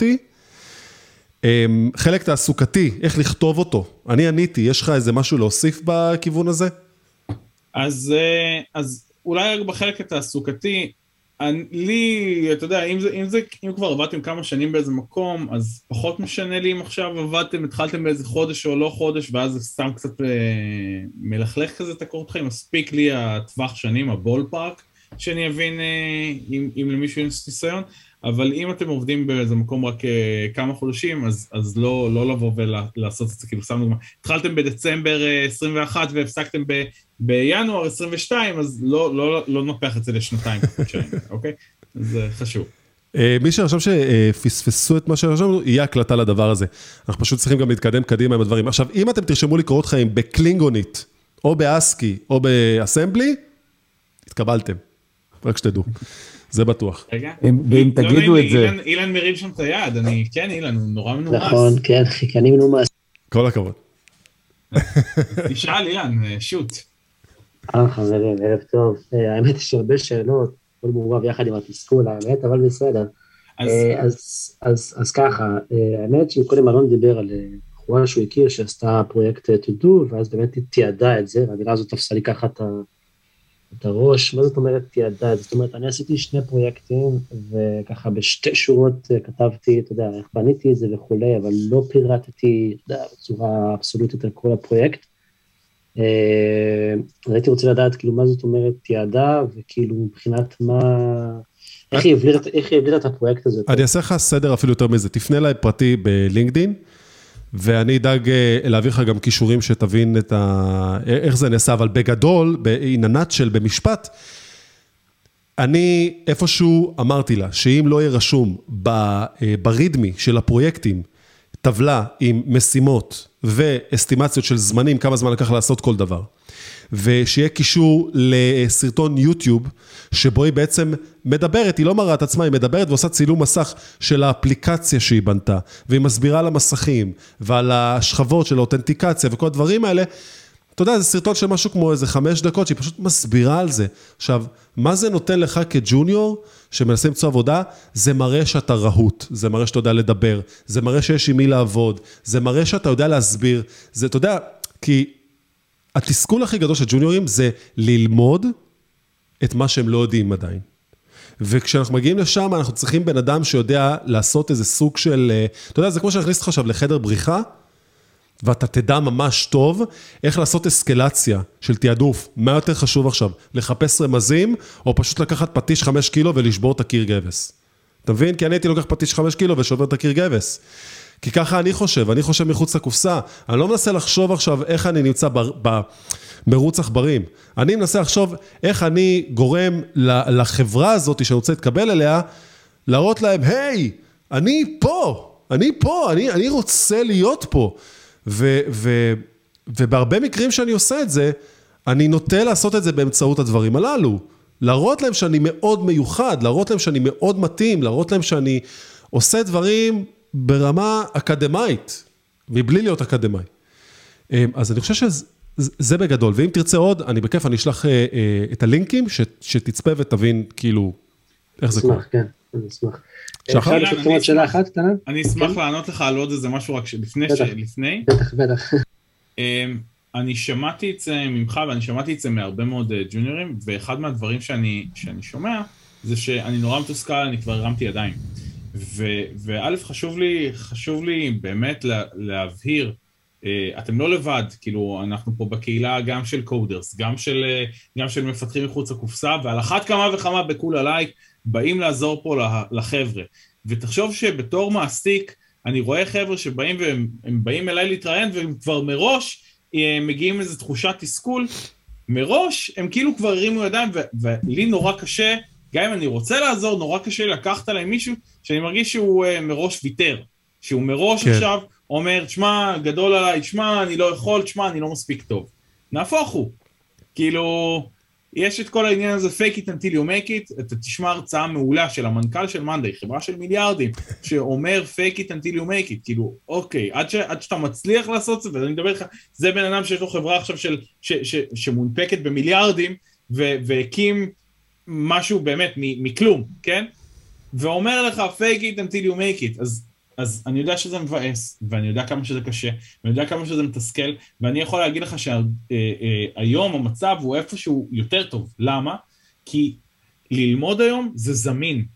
חלק תעסוקתי, איך לכתוב אותו? אני עניתי, יש לך איזה משהו להוסיף בכיוון הזה? אז, אז אולי רק בחלק התעסוקתי, אני, לי, אתה יודע, אם, זה, אם, זה, אם כבר עבדתם כמה שנים באיזה מקום, אז פחות משנה לי אם עכשיו עבדתם, התחלתם באיזה חודש או לא חודש, ואז זה סתם קצת אה, מלכלך כזה את הקורות חיים, מספיק לי הטווח שנים, הבול פארק, שאני אבין אה, אם, אם למישהו יש ניסיון, אבל אם אתם עובדים באיזה מקום רק אה, כמה חודשים, אז, אז לא, לא לבוא ולעשות את זה, כאילו סתם דוגמה, התחלתם בדצמבר אה, עשרים ואחת והפסקתם ב... בינואר עשרים ושתיים, אז לא, לא, לא נופח את זה לשנתיים, אוקיי? זה חשוב. מי שרשם שפספסו את מה שרשמנו, יהיה הקלטה לדבר הזה. אנחנו פשוט צריכים גם להתקדם קדימה עם הדברים. עכשיו, אם אתם תרשמו לי קורות חיים בקלינגונית, או באסקי, או באסמבלי, התקבלתם. רק שתדעו. זה בטוח. רגע. ואם תגידו את זה... אילן מרים שם את היד, אני, כן, אילן, הוא נורא מנומס. נכון, כן, אני מנומס. כל הכבוד. תשאל, אילן, שוט. אה, חברים, ערב טוב. האמת יש הרבה שאלות, כל מעורב יחד עם התסכול, האמת, אבל בסדר. אז ככה, האמת שקודם אלון דיבר על בחורה שהוא הכיר שעשתה פרויקט to do, ואז באמת היא תיעדה את זה, והמילה הזאת תפסה לי ככה את הראש. מה זאת אומרת תיעדה את זה? זאת אומרת, אני עשיתי שני פרויקטים, וככה בשתי שורות כתבתי, אתה יודע, איך בניתי את זה וכולי, אבל לא פירטתי, אתה יודע, בצורה אבסולוטית על כל הפרויקט. אז הייתי רוצה לדעת, כאילו, מה זאת אומרת תיעדה, וכאילו, מבחינת מה... איך היא הבליטה את הפרויקט הזה? אני אעשה לך סדר אפילו יותר מזה. תפנה אליי פרטי בלינקדין, ואני אדאג להעביר לך גם קישורים שתבין את ה... איך זה נעשה, אבל בגדול, בעיננת של במשפט, אני איפשהו אמרתי לה, שאם לא יהיה רשום ברידמי של הפרויקטים, טבלה עם משימות ואסטימציות של זמנים, כמה זמן לקח לעשות כל דבר, ושיהיה קישור לסרטון יוטיוב, שבו היא בעצם מדברת, היא לא מראה את עצמה, היא מדברת ועושה צילום מסך של האפליקציה שהיא בנתה, והיא מסבירה על המסכים, ועל השכבות של האותנטיקציה וכל הדברים האלה. אתה יודע, זה סרטון של משהו כמו איזה חמש דקות, שהיא פשוט מסבירה על זה. עכשיו, מה זה נותן לך כג'וניור, שמנסה למצוא עבודה? זה מראה שאתה רהוט, זה מראה שאתה יודע לדבר, זה מראה שיש עם מי לעבוד, זה מראה שאתה יודע להסביר, זה, אתה יודע, כי התסכול הכי גדול של ג'וניורים זה ללמוד את מה שהם לא יודעים עדיין. וכשאנחנו מגיעים לשם, אנחנו צריכים בן אדם שיודע לעשות איזה סוג של, אתה יודע, זה כמו שהכניס לך עכשיו לחדר בריחה, ואתה תדע ממש טוב איך לעשות אסקלציה של תיעדוף. מה יותר חשוב עכשיו? לחפש רמזים, או פשוט לקחת פטיש חמש קילו ולשבור את הקיר גבס. אתה מבין? כי אני הייתי לוקח פטיש חמש קילו ושובר את הקיר גבס. כי ככה אני חושב, אני חושב מחוץ לקופסה. אני לא מנסה לחשוב עכשיו איך אני נמצא במרוץ עכברים. אני מנסה לחשוב איך אני גורם לחברה הזאת שאני רוצה להתקבל אליה, להראות להם, היי, אני פה, אני פה, אני, אני רוצה להיות פה. ו, ו, ובהרבה מקרים שאני עושה את זה, אני נוטה לעשות את זה באמצעות הדברים הללו. להראות להם שאני מאוד מיוחד, להראות להם שאני מאוד מתאים, להראות להם שאני עושה דברים ברמה אקדמית, מבלי להיות אקדמי. אז אני חושב שזה בגדול, ואם תרצה עוד, אני בכיף, אני אשלח את הלינקים, שתצפה ותבין כאילו איך זה קורה. אשמח, כן, אני אשמח. שחר? אני אשמח לענות לך על עוד איזה משהו רק לפני, בטח, בטח. אני שמעתי את זה ממך, ואני שמעתי את זה מהרבה מאוד ג'וניורים, ואחד מהדברים שאני, שאני שומע, זה שאני נורא מתוסכל, אני כבר הרמתי ידיים. וא' חשוב לי, חשוב לי באמת לה, להבהיר, אתם לא לבד, כאילו אנחנו פה בקהילה גם של קודרס, גם של, גם של מפתחים מחוץ לקופסה, ועל אחת כמה וכמה בכול עליי, באים לעזור פה לחבר'ה. ותחשוב שבתור מעסיק, אני רואה חבר'ה שבאים והם באים אליי להתראיין, והם כבר מראש מגיעים איזו תחושת תסכול, מראש הם כאילו כבר הרימו ידיים, ולי נורא קשה, גם אם אני רוצה לעזור, נורא קשה לקחת עליי מישהו, שאני מרגיש שהוא מראש ויתר, שהוא מראש כן. עכשיו אומר, תשמע, גדול עליי, תשמע, אני לא יכול, תשמע, אני לא מספיק טוב. נהפוך הוא. כאילו, יש את כל העניין הזה, fake it until you make it, אתה תשמע הרצאה מעולה של המנכ"ל של מנדי, חברה של מיליארדים, שאומר fake it until you make it, כאילו, אוקיי, עד, ש, עד שאתה מצליח לעשות זה, ואני מדבר לך, זה בן אדם שיש לו חברה עכשיו של, ש, ש, שמונפקת במיליארדים, ו, והקים משהו באמת מכלום, כן? ואומר לך fake it until you make it, אז, אז אני יודע שזה מבאס, ואני יודע כמה שזה קשה, ואני יודע כמה שזה מתסכל, ואני יכול להגיד לך שהיום המצב הוא איפשהו יותר טוב. למה? כי ללמוד היום זה זמין.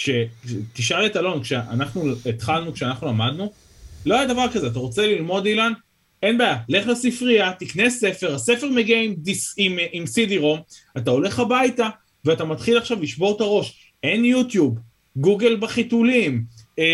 כשתשאל את אלון, כשאנחנו התחלנו, כשאנחנו למדנו, לא היה דבר כזה, אתה רוצה ללמוד אילן? אין בעיה, לך לספרייה, תקנה ספר, הספר מגיע עם, דיס, עם, עם סי די רום, אתה הולך הביתה, ואתה מתחיל עכשיו לשבור את הראש. אין יוטיוב, גוגל בחיתולים,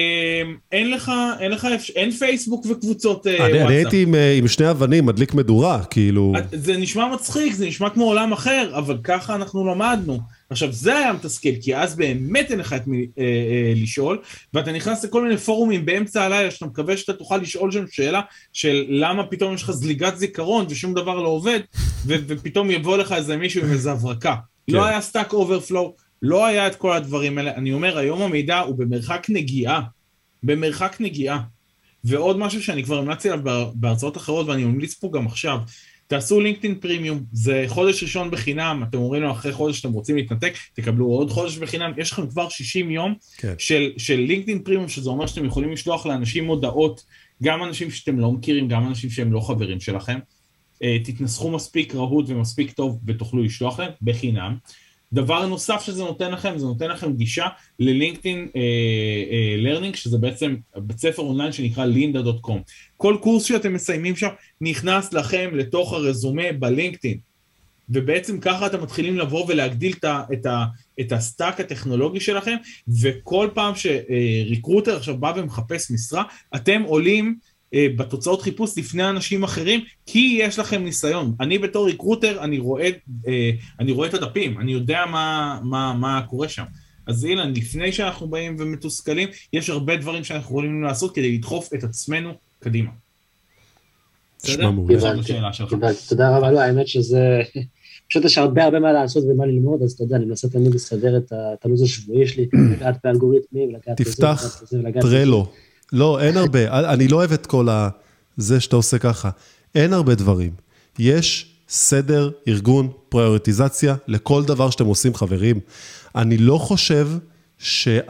אין לך, אין לך, אין פייסבוק וקבוצות וואטסאפ. אני הייתי עם שני אבנים, מדליק מדורה, כאילו... זה נשמע מצחיק, זה נשמע כמו עולם אחר, אבל ככה אנחנו למדנו. עכשיו, זה היה מתסכל, כי אז באמת אין לך את מי לשאול, ואתה נכנס לכל מיני פורומים באמצע הלילה, שאתה מקווה שאתה תוכל לשאול שם שאלה, של למה פתאום יש לך זליגת זיכרון, ושום דבר לא עובד, ופתאום יבוא לך איזה מישהו עם איזה הברקה. לא היה סטאק אוברפלואו, לא היה את כל הדברים האלה. אני אומר, היום המידע הוא במרחק נגיעה, במרחק נגיעה. ועוד משהו שאני כבר המלצתי עליו בהרצאות אחרות, ואני ממליץ פה גם עכשיו, תעשו לינקדאין פרימיום, זה חודש ראשון בחינם, אתם אומרים לו אחרי חודש שאתם רוצים להתנתק, תקבלו עוד חודש בחינם, יש לכם כבר שישים יום כן. של, של לינקדאין פרימיום, שזה אומר שאתם יכולים לשלוח לאנשים הודעות, גם אנשים שאתם לא מכירים, גם אנשים שהם לא חברים שלכם, תתנסחו מספיק רהוט ומספיק טוב, ותוכלו לשלוח להם בחינם. דבר נוסף שזה נותן לכם, זה נותן לכם גישה ללינקדאין לרנינג, שזה בעצם בית ספר אונליין שנקרא לינדה דוט קום. כל קורס שאתם מסיימים שם, נכנס לכם לתוך הרזומה בלינקדאין, ובעצם ככה אתם מתחילים לבוא ולהגדיל את, ה, את, ה, את הסטאק הטכנולוגי שלכם, וכל פעם שריקרוטר עכשיו בא ומחפש משרה, אתם עולים בתוצאות חיפוש לפני אנשים אחרים, כי יש לכם ניסיון. אני בתור ריקרוטר, אני רואה, אני רואה את הדפים, אני יודע מה, מה, מה קורה שם. אז אילן, לפני שאנחנו באים ומתוסכלים, יש הרבה דברים שאנחנו יכולים לעשות כדי לדחוף את עצמנו קדימה. בסדר? תודה רבה, לא, האמת שזה, פשוט יש הרבה הרבה מה לעשות ומה ללמוד, אז אתה יודע, אני מנסה תמיד לסדר את הלו"ז השבועי שלי, לגעת באלגוריתמים, לגעת בזה, תפתח טרלו. לא, אין הרבה, אני לא אוהב את כל זה שאתה עושה ככה, אין הרבה דברים, יש סדר, ארגון, פריוריטיזציה, לכל דבר שאתם עושים חברים, אני לא חושב שה...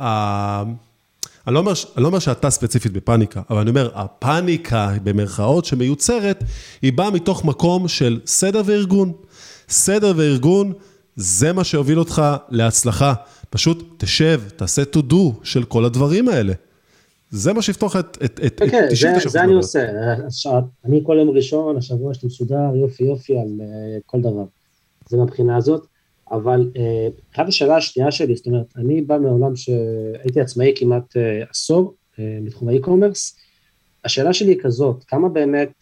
אני לא אומר, אני לא אומר שאתה ספציפית בפאניקה, אבל אני אומר, הפאניקה במרכאות שמיוצרת, היא באה מתוך מקום של סדר וארגון, סדר וארגון, זה מה שהוביל אותך להצלחה, פשוט תשב, תעשה to do של כל הדברים האלה. זה מה שיפתוח את תשעים ותשע. זה אני עושה, אני כל יום ראשון, השבוע שאתה מסודר, יופי יופי על כל דבר, זה מהבחינה הזאת, אבל אחת השאלה השנייה שלי, זאת אומרת, אני בא מעולם שהייתי עצמאי כמעט עשור, מתחום האי-קומרס, השאלה שלי היא כזאת, כמה באמת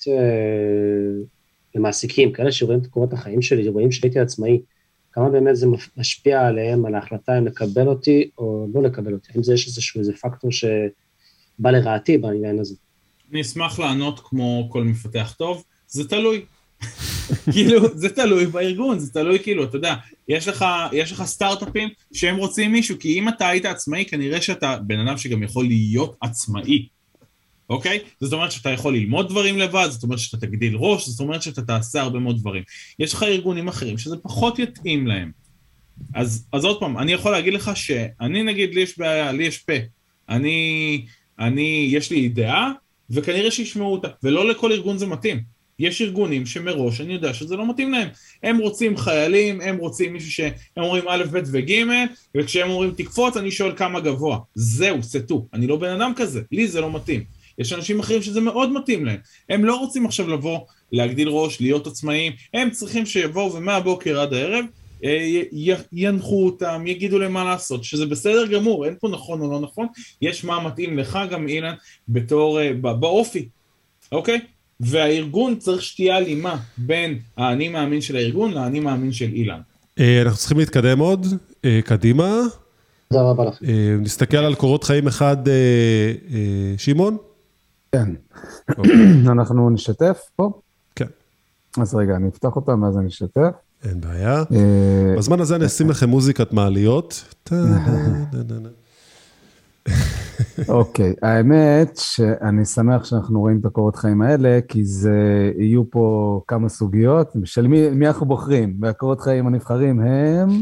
למעסיקים, כאלה שרואים את קורות החיים שלי, רואים שהייתי עצמאי, כמה באמת זה משפיע עליהם, על ההחלטה אם לקבל אותי או לא לקבל אותי, אם זה יש איזשהו איזה פקטור ש... בא לרעתי בעניין הזה. אני אשמח לענות כמו כל מפתח טוב, זה תלוי. כאילו, זה תלוי בארגון, זה תלוי כאילו, אתה יודע, יש לך, יש לך סטארט-אפים שהם רוצים מישהו, כי אם אתה היית עצמאי, כנראה שאתה בן אדם שגם יכול להיות עצמאי. אוקיי? זאת אומרת שאתה יכול ללמוד דברים לבד, זאת אומרת שאתה תגדיל ראש, זאת אומרת שאתה תעשה הרבה מאוד דברים. יש לך ארגונים אחרים שזה פחות יתאים להם. אז, אז עוד פעם, אני יכול להגיד לך שאני נגיד, לי יש בעיה, לי יש פה. אני, אני, יש לי דעה, וכנראה שישמעו אותה, ולא לכל ארגון זה מתאים. יש ארגונים שמראש אני יודע שזה לא מתאים להם. הם רוצים חיילים, הם רוצים מישהו שהם אומרים א', ב' וג', וכשהם אומרים תקפוץ, אני שואל כמה גבוה. זהו, סטו. אני לא בן אדם כזה, לי זה לא מתאים. יש אנשים אחרים שזה מאוד מתאים להם. הם לא רוצים עכשיו לבוא, להגדיל ראש, להיות עצמאיים, הם צריכים שיבואו ומהבוקר עד הערב, ינחו אותם, יגידו להם מה לעשות, שזה בסדר גמור, אין פה נכון או לא נכון, יש מה מתאים לך גם אילן, בתור, באופי, אוקיי? והארגון צריך שתהיה לימה בין האני מאמין של הארגון לאני מאמין של אילן. אנחנו צריכים להתקדם עוד, קדימה. תודה רבה לך. נסתכל על קורות חיים אחד, שמעון? כן. אנחנו נשתף פה? כן. אז רגע, אני אפתח אותם ואז אני אשתף. אין בעיה. בזמן הזה נשים לכם מוזיקת מעליות. אוקיי, האמת שאני שמח שאנחנו רואים את הקורות חיים האלה, כי זה יהיו פה כמה סוגיות, של מי, מי אנחנו בוחרים, והקורות חיים הנבחרים הם...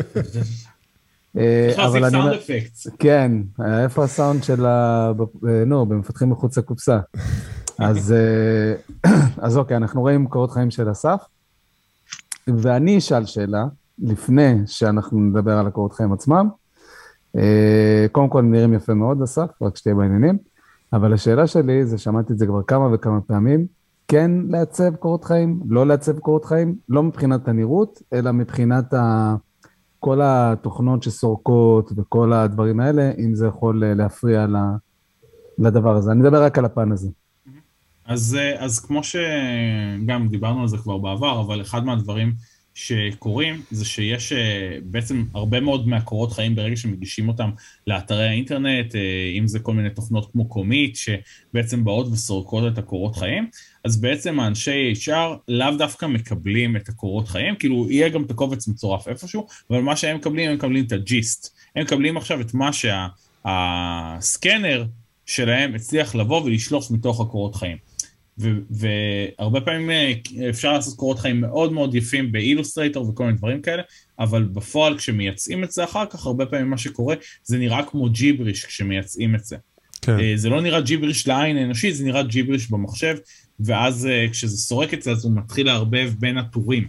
אבל אני... סאונד אפקט. כן, איפה הסאונד של ה... נו, במפתחים מחוץ לקופסה. אז, אז אוקיי, אנחנו רואים קורות חיים של אסף, ואני אשאל שאלה, לפני שאנחנו נדבר על הקורות חיים עצמם, קודם כל נראים יפה מאוד, אסף, רק שתהיה בעניינים, אבל השאלה שלי, זה שמעתי את זה כבר כמה וכמה פעמים, כן לעצב קורות חיים, לא לעצב קורות חיים, לא מבחינת הנראות, אלא מבחינת ה... כל התוכנות שסורקות וכל הדברים האלה, אם זה יכול להפריע לדבר הזה. אני מדבר רק על הפן הזה. אז, אז כמו שגם דיברנו על זה כבר בעבר, אבל אחד מהדברים שקורים, זה שיש בעצם הרבה מאוד מהקורות חיים ברגע שמגישים אותם לאתרי האינטרנט, אם זה כל מיני תוכנות כמו קומית, שבעצם באות וסורקות את הקורות חיים, אז בעצם האנשי אייץ' אר לאו דווקא מקבלים את הקורות חיים, כאילו יהיה גם את הקובץ מצורף איפשהו, אבל מה שהם מקבלים, הם מקבלים את הג'יסט. הם מקבלים עכשיו את מה שהסקנר שלהם הצליח לבוא ולשלוף מתוך הקורות חיים. והרבה פעמים אפשר לעשות קורות חיים מאוד מאוד יפים באילוסטרייטור וכל מיני דברים כאלה, אבל בפועל כשמייצאים את זה אחר כך, הרבה פעמים מה שקורה, זה נראה כמו ג'יבריש כשמייצאים את זה. כן. זה לא נראה ג'יבריש לעין האנושי, זה נראה ג'יבריש במחשב, ואז כשזה סורק את זה, אז הוא מתחיל להרבב בין הטורים.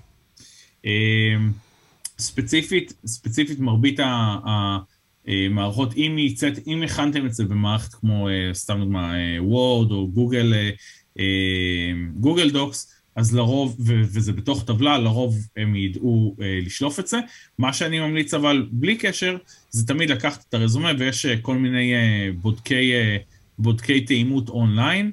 ספציפית, ספציפית מרבית המערכות, אם ייצאת, אם הכנתם את זה במערכת כמו, סתם דוגמה, וורד או גוגל, גוגל דוקס, אז לרוב, וזה בתוך טבלה, לרוב הם ידעו לשלוף את זה. מה שאני ממליץ אבל בלי קשר, זה תמיד לקחת את הרזומה, ויש כל מיני בודקי, בודקי תאימות אונליין,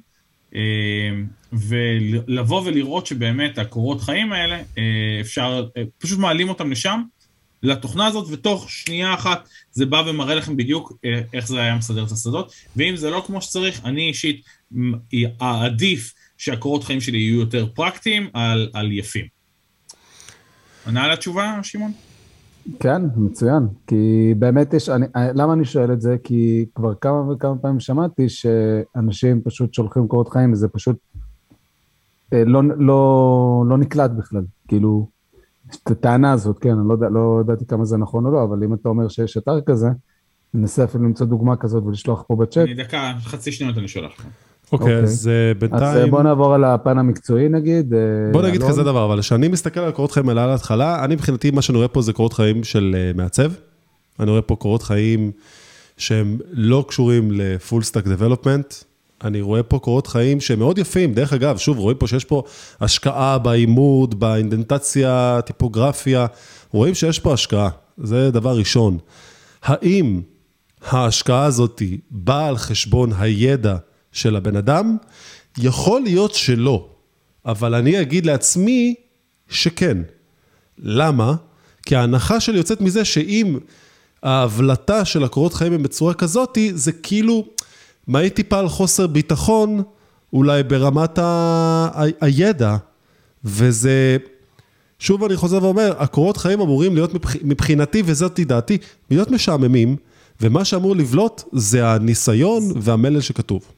ולבוא ולראות שבאמת הקורות חיים האלה, אפשר, פשוט מעלים אותם לשם, לתוכנה הזאת, ותוך שנייה אחת זה בא ומראה לכם בדיוק איך זה היה מסדר את השדות, ואם זה לא כמו שצריך, אני אישית עדיף שהקורות חיים שלי יהיו יותר פרקטיים על, על יפים. ענה על התשובה, שמעון? כן, מצוין, כי באמת יש, אני, למה אני שואל את זה? כי כבר כמה וכמה פעמים שמעתי שאנשים פשוט שולחים קורות חיים, וזה פשוט לא, לא, לא נקלט בכלל, כאילו, את הטענה הזאת, כן, אני לא, יודע, לא ידעתי כמה זה נכון או לא, אבל אם אתה אומר שיש אתר כזה, ננסה אפילו למצוא דוגמה כזאת ולשלוח פה בצ'אט. אני דקה, חצי שניות אני שולח לך. אוקיי, אז בינתיים... אז בוא נעבור על הפן המקצועי נגיד. בוא נגיד כזה דבר, אבל כשאני מסתכל על קורות חיים על ההתחלה, אני מבחינתי מה שאני רואה פה זה קורות חיים של מעצב. אני רואה פה קורות חיים שהם לא קשורים לפול סטאק דבלופמנט. אני רואה פה קורות חיים שהם מאוד יפים. דרך אגב, שוב, רואים פה שיש פה השקעה בעימוד, באינדנטציה, טיפוגרפיה. רואים שיש פה השקעה. זה דבר ראשון. האם ההשקעה הזאת באה על חשבון הידע של הבן אדם? יכול להיות שלא, אבל אני אגיד לעצמי שכן. למה? כי ההנחה שלי יוצאת מזה שאם ההבלטה של הקורות חיים הם בצורה כזאת, זה כאילו, מעיד טיפה על חוסר ביטחון, אולי ברמת ה... הידע, וזה, שוב אני חוזר ואומר, הקורות חיים אמורים להיות מבחינתי, וזאת דעתי, להיות משעממים, ומה שאמור לבלוט זה הניסיון והמלל שכתוב.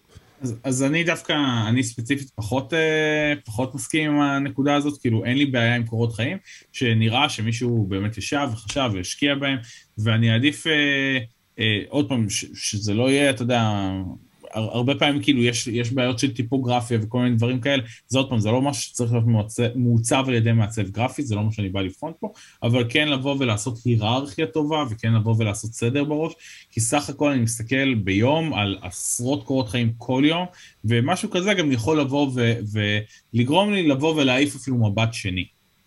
אז, אז אני דווקא, אני ספציפית פחות, פחות מסכים עם הנקודה הזאת, כאילו אין לי בעיה עם קורות חיים, שנראה שמישהו באמת ישב וחשב והשקיע בהם, ואני עדיף, אה, אה, עוד פעם, ש, שזה לא יהיה, אתה יודע, הרבה פעמים כאילו יש, יש בעיות של טיפוגרפיה וכל מיני דברים כאלה, זה עוד פעם, זה לא משהו שצריך להיות מעוצב, מעוצב על ידי מעצב גרפי, זה לא מה שאני בא לבחון פה, אבל כן לבוא ולעשות היררכיה טובה, וכן לבוא ולעשות סדר בראש, כי סך הכל אני מסתכל ביום על עשרות קורות חיים כל יום, ומשהו כזה גם יכול לבוא ו, ולגרום לי לבוא ולהעיף אפילו מבט שני.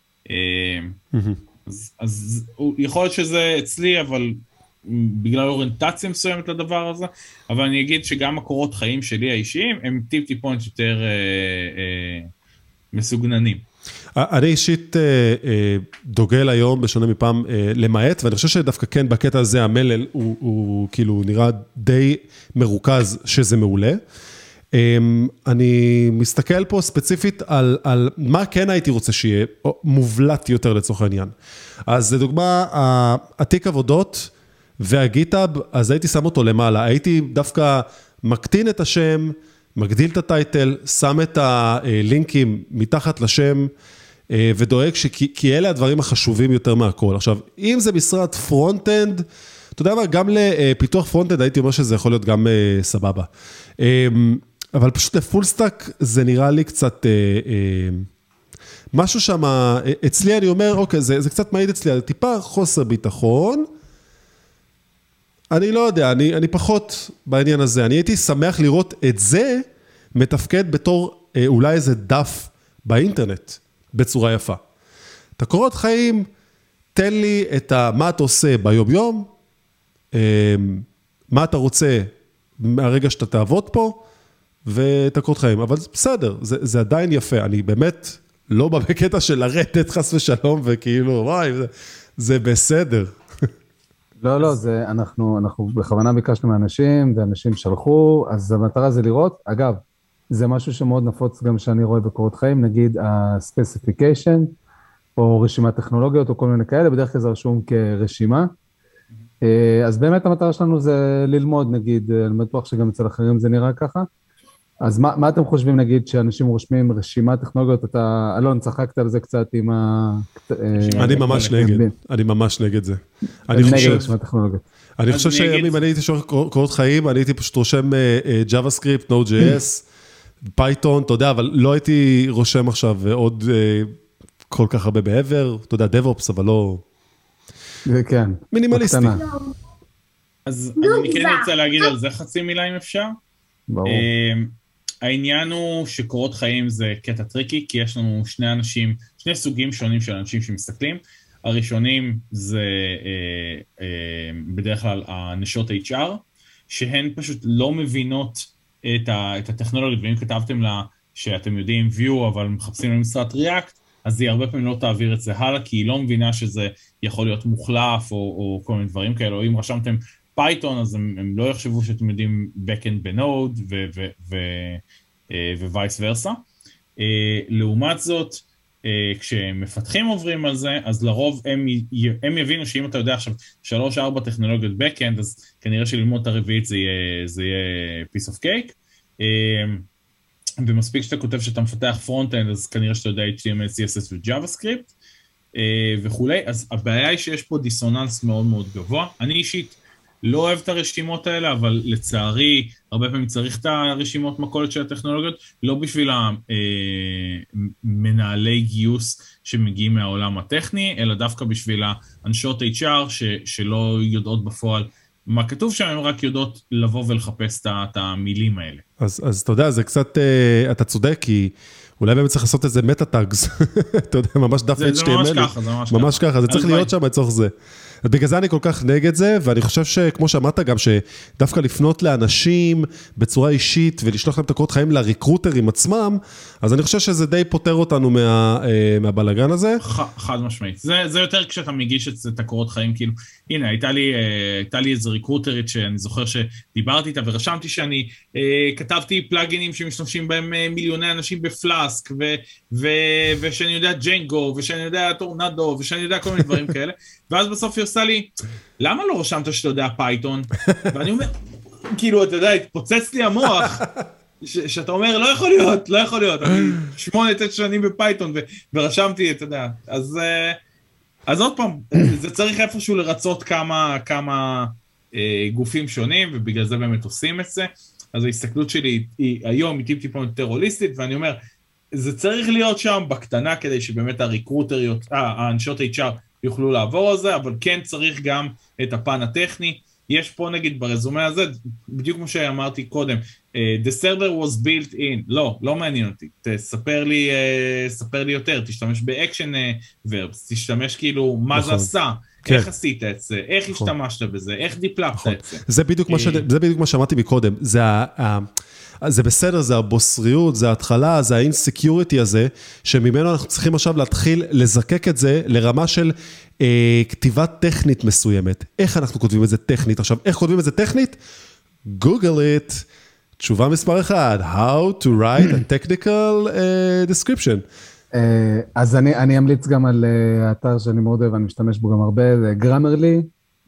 אז, אז יכול להיות שזה אצלי, אבל בגלל אוריינטציה מסוימת לדבר הזה, אבל אני אגיד שגם הקורות חיים שלי האישיים, הם טיפ טיפונת יותר אה, אה, מסוגננים. אני אישית אה, אה, דוגל היום, בשונה מפעם, אה, למעט, ואני חושב שדווקא כן, בקטע הזה, המלל הוא, הוא כאילו נראה די מרוכז, שזה מעולה. אה, אני מסתכל פה ספציפית על, על מה כן הייתי רוצה שיהיה, מובלט יותר לצורך העניין. אז לדוגמה, התיק עבודות, והגיטאב, אז הייתי שם אותו למעלה, הייתי דווקא מקטין את השם, מגדיל את הטייטל, שם את הלינקים מתחת לשם, ודואג שכי, כי אלה הדברים החשובים יותר מהכל. עכשיו, אם זה משרד פרונט-אנד, אתה יודע מה, גם לפיתוח פרונט-אנד, הייתי אומר שזה יכול להיות גם סבבה. אבל פשוט לפול סטאק, זה נראה לי קצת, משהו שם, אצלי אני אומר, אוקיי, זה, זה קצת מעיד אצלי, טיפה חוסר ביטחון, אני לא יודע, אני, אני פחות בעניין הזה, אני הייתי שמח לראות את זה מתפקד בתור אה, אולי איזה דף באינטרנט, בצורה יפה. את הקורות חיים, תן לי את ה, מה אתה עושה ביום יום, אה, מה אתה רוצה מהרגע שאתה תעבוד פה, ואת הקורות חיים, אבל בסדר, זה, זה עדיין יפה, אני באמת לא בא בקטע של לרדת חס ושלום, וכאילו, וואי, זה, זה בסדר. לא, לא, זה, אנחנו, אנחנו בכוונה ביקשנו מאנשים, ואנשים שלחו, אז המטרה זה לראות, אגב, זה משהו שמאוד נפוץ גם שאני רואה בקורות חיים, נגיד ה-specification, או רשימת טכנולוגיות, או כל מיני כאלה, בדרך כלל זה רשום כרשימה, אז באמת המטרה שלנו זה ללמוד, נגיד, אני בטוח שגם אצל אחרים זה נראה ככה, אז מה, מה אתם חושבים, נגיד, שאנשים רושמים רשימת טכנולוגיות, אתה, אלון, צחקת על זה קצת עם ה... אני ממש נגד, אני ממש נגד זה. אני נגד רשימת טכנולוגיות. אני חושב שאם אני הייתי שואל קורות חיים, אני הייתי פשוט רושם JavaScript, Node.js, Python, אתה יודע, אבל לא הייתי רושם עכשיו עוד כל כך הרבה בעבר, אתה יודע, DevOps, אבל לא... כן. מינימליסטי. אז אני כן רוצה להגיד על זה חצי מילה אם אפשר. ברור. העניין הוא שקורות חיים זה קטע טריקי, כי יש לנו שני אנשים, שני סוגים שונים של אנשים שמסתכלים. הראשונים זה אה, אה, בדרך כלל הנשות אייץ' אר, שהן פשוט לא מבינות את, ה, את הטכנולוגיה, ואם כתבתם לה שאתם יודעים view, אבל מחפשים למשרת React, אז היא הרבה פעמים לא תעביר את זה הלאה, כי היא לא מבינה שזה יכול להיות מוחלף, או, או כל מיני דברים כאלה, או אם רשמתם פייתון, אז הם, הם לא יחשבו שאתם יודעים backend בנוד, ווייס ורסה. לעומת זאת, כשמפתחים עוברים על זה, אז לרוב הם, הם יבינו שאם אתה יודע עכשיו שלוש ארבע טכנולוגיות backend, אז כנראה שללמוד את הרביעית זה יהיה, זה יהיה piece of cake. ומספיק שאתה כותב שאתה מפתח front-end, אז כנראה שאתה יודע אייץ' טי אם אל, סי אס אס ו-JavaScript וכולי. אז הבעיה היא שיש פה דיסוננס מאוד מאוד גבוה. אני אישית לא אוהב את הרשימות האלה, אבל לצערי, הרבה פעמים צריך את הרשימות מכולת של הטכנולוגיות, לא בשביל המנהלי גיוס שמגיעים מהעולם הטכני, אלא דווקא בשביל האנשות אייץ' אר שלא יודעות בפועל מה כתוב שם, הן רק יודעות לבוא ולחפש את המילים האלה. אז, אז אתה יודע, זה קצת, אתה צודק, כי אולי באמת צריך לעשות איזה מטה-טאגס, אתה יודע, ממש דף אייץ' טי אם אל. זה ממש ככה, זה ממש ככה. ממש ככה, זה צריך להיות שם לצורך זה. בגלל זה אני כל כך נגד זה, ואני חושב שכמו שאמרת גם, שדווקא לפנות לאנשים בצורה אישית, ולשלוח להם את הקורות חיים לריקרוטרים עצמם, אז אני חושב שזה די פותר אותנו מה, מהבלגן הזה. חד משמעית. זה, זה יותר כשאתה מגיש את הקורות חיים, כאילו, הנה, הייתה לי, הייתה לי איזו ריקרוטרית שאני זוכר שדיברתי איתה, ורשמתי שאני כתבתי פלאגינים שמשתמשים בהם מיליוני אנשים בפלאסק, ו, ו, ושאני יודע ג'נגו, ושאני יודע טורנדו, ושאני יודע כל מיני דברים כאלה, ואז בסוף היא עושה לי, למה לא רשמת שאתה יודע פייתון? ואני אומר, כאילו, אתה יודע, התפוצץ לי המוח, שאתה אומר, לא יכול להיות, לא יכול להיות, אני שמונה, תשע שנים בפייתון, ורשמתי, אתה יודע, אז, אז עוד פעם, זה צריך איפשהו לרצות כמה, כמה גופים שונים, ובגלל זה באמת עושים את זה, אז ההסתכלות שלי היא היום היא טיפ-טיפה יותר הוליסטית, ואני אומר, זה צריך להיות שם בקטנה, כדי שבאמת הריקרוטריות, האנשות אייץ' אר יוכלו לעבור על זה, אבל כן צריך גם את הפן הטכני, יש פה נגיד ברזומה הזה, בדיוק כמו שאמרתי קודם, the server was built in, לא, לא מעניין אותי, תספר לי, ספר לי יותר, תשתמש באקשן verbs, תשתמש כאילו מה זה עשה, איך עשית את זה, איך השתמשת בזה, איך דיפלפת את זה. זה בדיוק מה שאמרתי מקודם, זה ה... זה בסדר, זה הבוסריות, זה ההתחלה, זה האינסקיוריטי הזה, שממנו אנחנו צריכים עכשיו להתחיל לזקק את זה לרמה של אה, כתיבה טכנית מסוימת. איך אנחנו כותבים את זה טכנית? עכשיו, איך כותבים את זה טכנית? Google it. תשובה מספר אחד, how to write a technical uh, description. Uh, אז אני, אני אמליץ גם על uh, אתר שאני מאוד אוהב, אני משתמש בו גם הרבה, זה גרמרלי.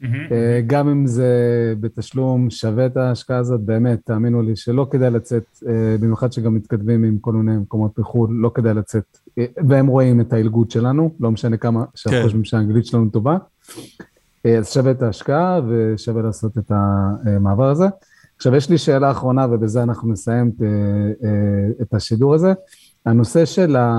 גם אם זה בתשלום שווה את ההשקעה הזאת, באמת, תאמינו לי שלא כדאי לצאת, במיוחד שגם מתכתבים עם כל מיני מקומות בחו"ל, לא כדאי לצאת, והם רואים את ההילגות שלנו, לא משנה כמה שאנחנו חושבים שהאנגלית שלנו טובה, אז שווה את ההשקעה ושווה לעשות את המעבר הזה. עכשיו, יש לי שאלה אחרונה, ובזה אנחנו נסיים את השידור הזה. הנושא של ה...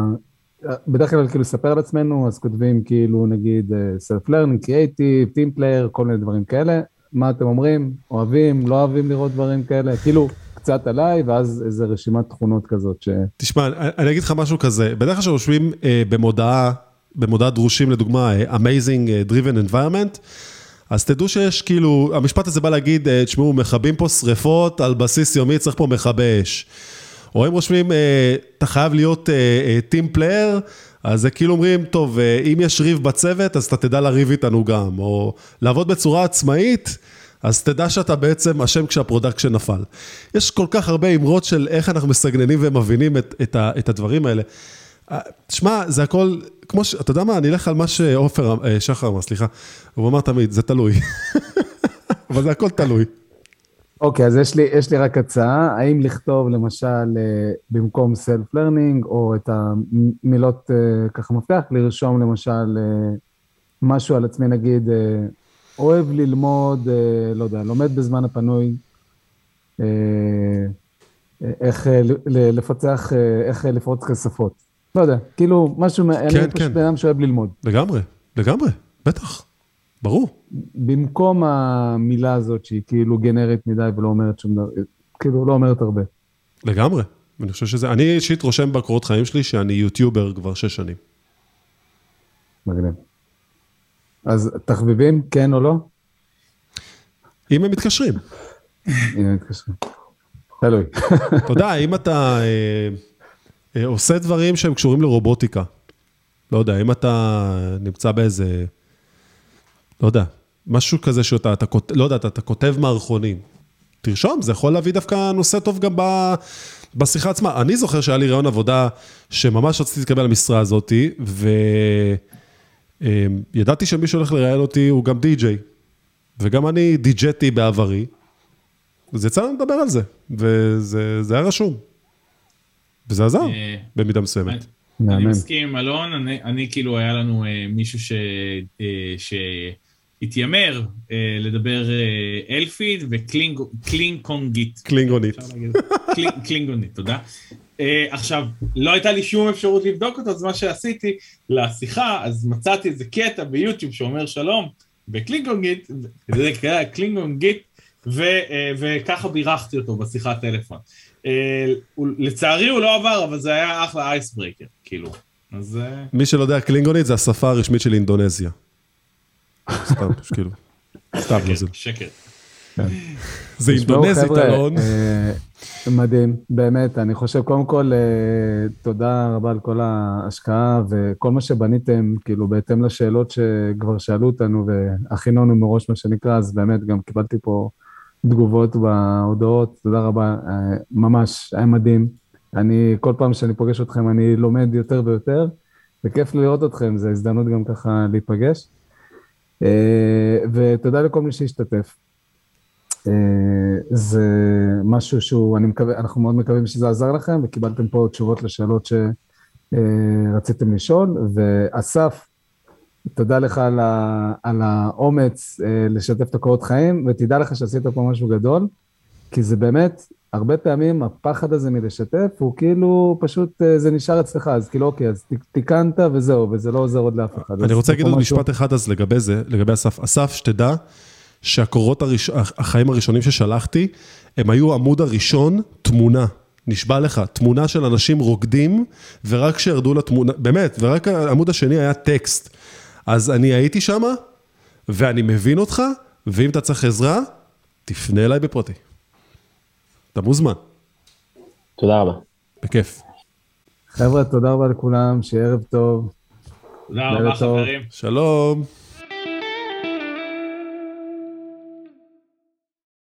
בדרך כלל כאילו לספר על עצמנו, אז כותבים כאילו נגיד self-learning, creative, team player, כל מיני דברים כאלה. מה אתם אומרים? אוהבים, לא אוהבים לראות דברים כאלה? כאילו קצת עליי, ואז איזו רשימת תכונות כזאת ש... תשמע, אני אגיד לך משהו כזה. בדרך כלל שרושמים במודעה, במודעה דרושים לדוגמה, amazing driven environment, אז תדעו שיש כאילו, המשפט הזה בא להגיד, תשמעו, מכבים פה שריפות על בסיס יומי, צריך פה מכבי אש. או הם רושמים, אתה חייב להיות טים פלייר, אז זה כאילו אומרים, טוב, אם יש ריב בצוות, אז אתה תדע לריב איתנו גם, או לעבוד בצורה עצמאית, אז תדע שאתה בעצם אשם כשהפרודקשן נפל. יש כל כך הרבה אמרות של איך אנחנו מסגננים ומבינים את, את, ה, את הדברים האלה. תשמע, זה הכל, כמו ש... אתה יודע מה, אני אלך על מה שאופר, שחר אמר, סליחה, הוא אמר תמיד, זה תלוי. אבל זה הכל תלוי. אוקיי, אז יש לי, יש לי רק הצעה, האם לכתוב למשל במקום self-learning, או את המילות ככה מפתח, לרשום למשל משהו על עצמי, נגיד, אוהב ללמוד, לא יודע, לומד בזמן הפנוי, איך לפצח, איך לפרוץ כספות. לא יודע, כאילו משהו, כן, אני כן. פשוט אדם שאוהב ללמוד. לגמרי, לגמרי, בטח. ברור. במקום המילה הזאת שהיא כאילו גנרית מדי ולא אומרת שום דבר, כאילו לא אומרת הרבה. לגמרי. אני חושב שזה, אני אישית רושם בקורות חיים שלי שאני יוטיובר כבר שש שנים. מגניב. אז תחביבים, כן או לא? אם הם מתקשרים. אם הם מתקשרים. תלוי. אתה יודע, אם אתה אה, אה, עושה דברים שהם קשורים לרובוטיקה, לא יודע, אם אתה נמצא באיזה... לא יודע, משהו כזה שאתה, אתה, לא יודע, אתה, אתה כותב מערכונים. תרשום, זה יכול להביא דווקא נושא טוב גם ב, בשיחה עצמה. אני זוכר שהיה לי רעיון עבודה שממש רציתי להתקבל למשרה הזאת, וידעתי שמי שהולך לראיין אותי הוא גם די-ג'יי. וגם אני די-ג'יתי בעברי, אז יצא לנו לדבר על זה, וזה זה היה רשום. וזה עזר, במידה מסוימת. אני מסכים עם אלון, אני, אני כאילו היה לנו אה, מישהו ש, אה, שהתיימר אה, לדבר אה, אלפית וקלינגונית. קלינגונית. קלינג, קלינגונית, תודה. אה, עכשיו, לא הייתה לי שום אפשרות לבדוק אותו, אז מה שעשיתי לשיחה, אז מצאתי איזה קטע ביוטיוב שאומר שלום, בקלינגונית, זה קרה קלינגונית, ו, אה, וככה בירכתי אותו בשיחת טלפון. לצערי הוא לא עבר, אבל זה היה אחלה אייסברייקר, כאילו. אז... מי שלא יודע, קלינגונית זה השפה הרשמית של אינדונזיה. סתם, כאילו. סתם, לא זה. שקר. זה אינדונזית, אלון. מדהים, באמת. אני חושב, קודם כל, תודה רבה על כל ההשקעה, וכל מה שבניתם, כאילו, בהתאם לשאלות שכבר שאלו אותנו, והכינונו מראש, מה שנקרא, אז באמת גם קיבלתי פה... תגובות בהודעות, תודה רבה, ממש, היה מדהים. אני, כל פעם שאני פוגש אתכם, אני לומד יותר ויותר, וכיף לראות אתכם, זו הזדמנות גם ככה להיפגש. ותודה לכל מי שהשתתף. זה משהו שהוא, אני מקווה, אנחנו מאוד מקווים שזה עזר לכם, וקיבלתם פה תשובות לשאלות שרציתם לשאול, ואסף, תודה לך על, ה, על האומץ לשתף את הקורות חיים, ותדע לך שעשית פה משהו גדול, כי זה באמת, הרבה פעמים הפחד הזה מלשתף, הוא כאילו פשוט, זה נשאר אצלך, אז כאילו אוקיי, אז תיקנת וזהו, וזה לא עוזר עוד לאף אחד. אני רוצה להגיד עוד משפט אחד אז לגבי זה, לגבי אסף. אסף, שתדע שהקורות הראש... החיים הראשונים ששלחתי, הם היו עמוד הראשון, תמונה. נשבע לך, תמונה של אנשים רוקדים, ורק כשירדו לתמונה, באמת, ורק העמוד השני היה טקסט. אז אני הייתי שם, ואני מבין אותך, ואם אתה צריך עזרה, תפנה אליי בפרוטי. אתה מוזמן. תודה רבה. בכיף. חבר'ה, תודה רבה לכולם, שיהיה ערב טוב. תודה רבה חברים. שלום.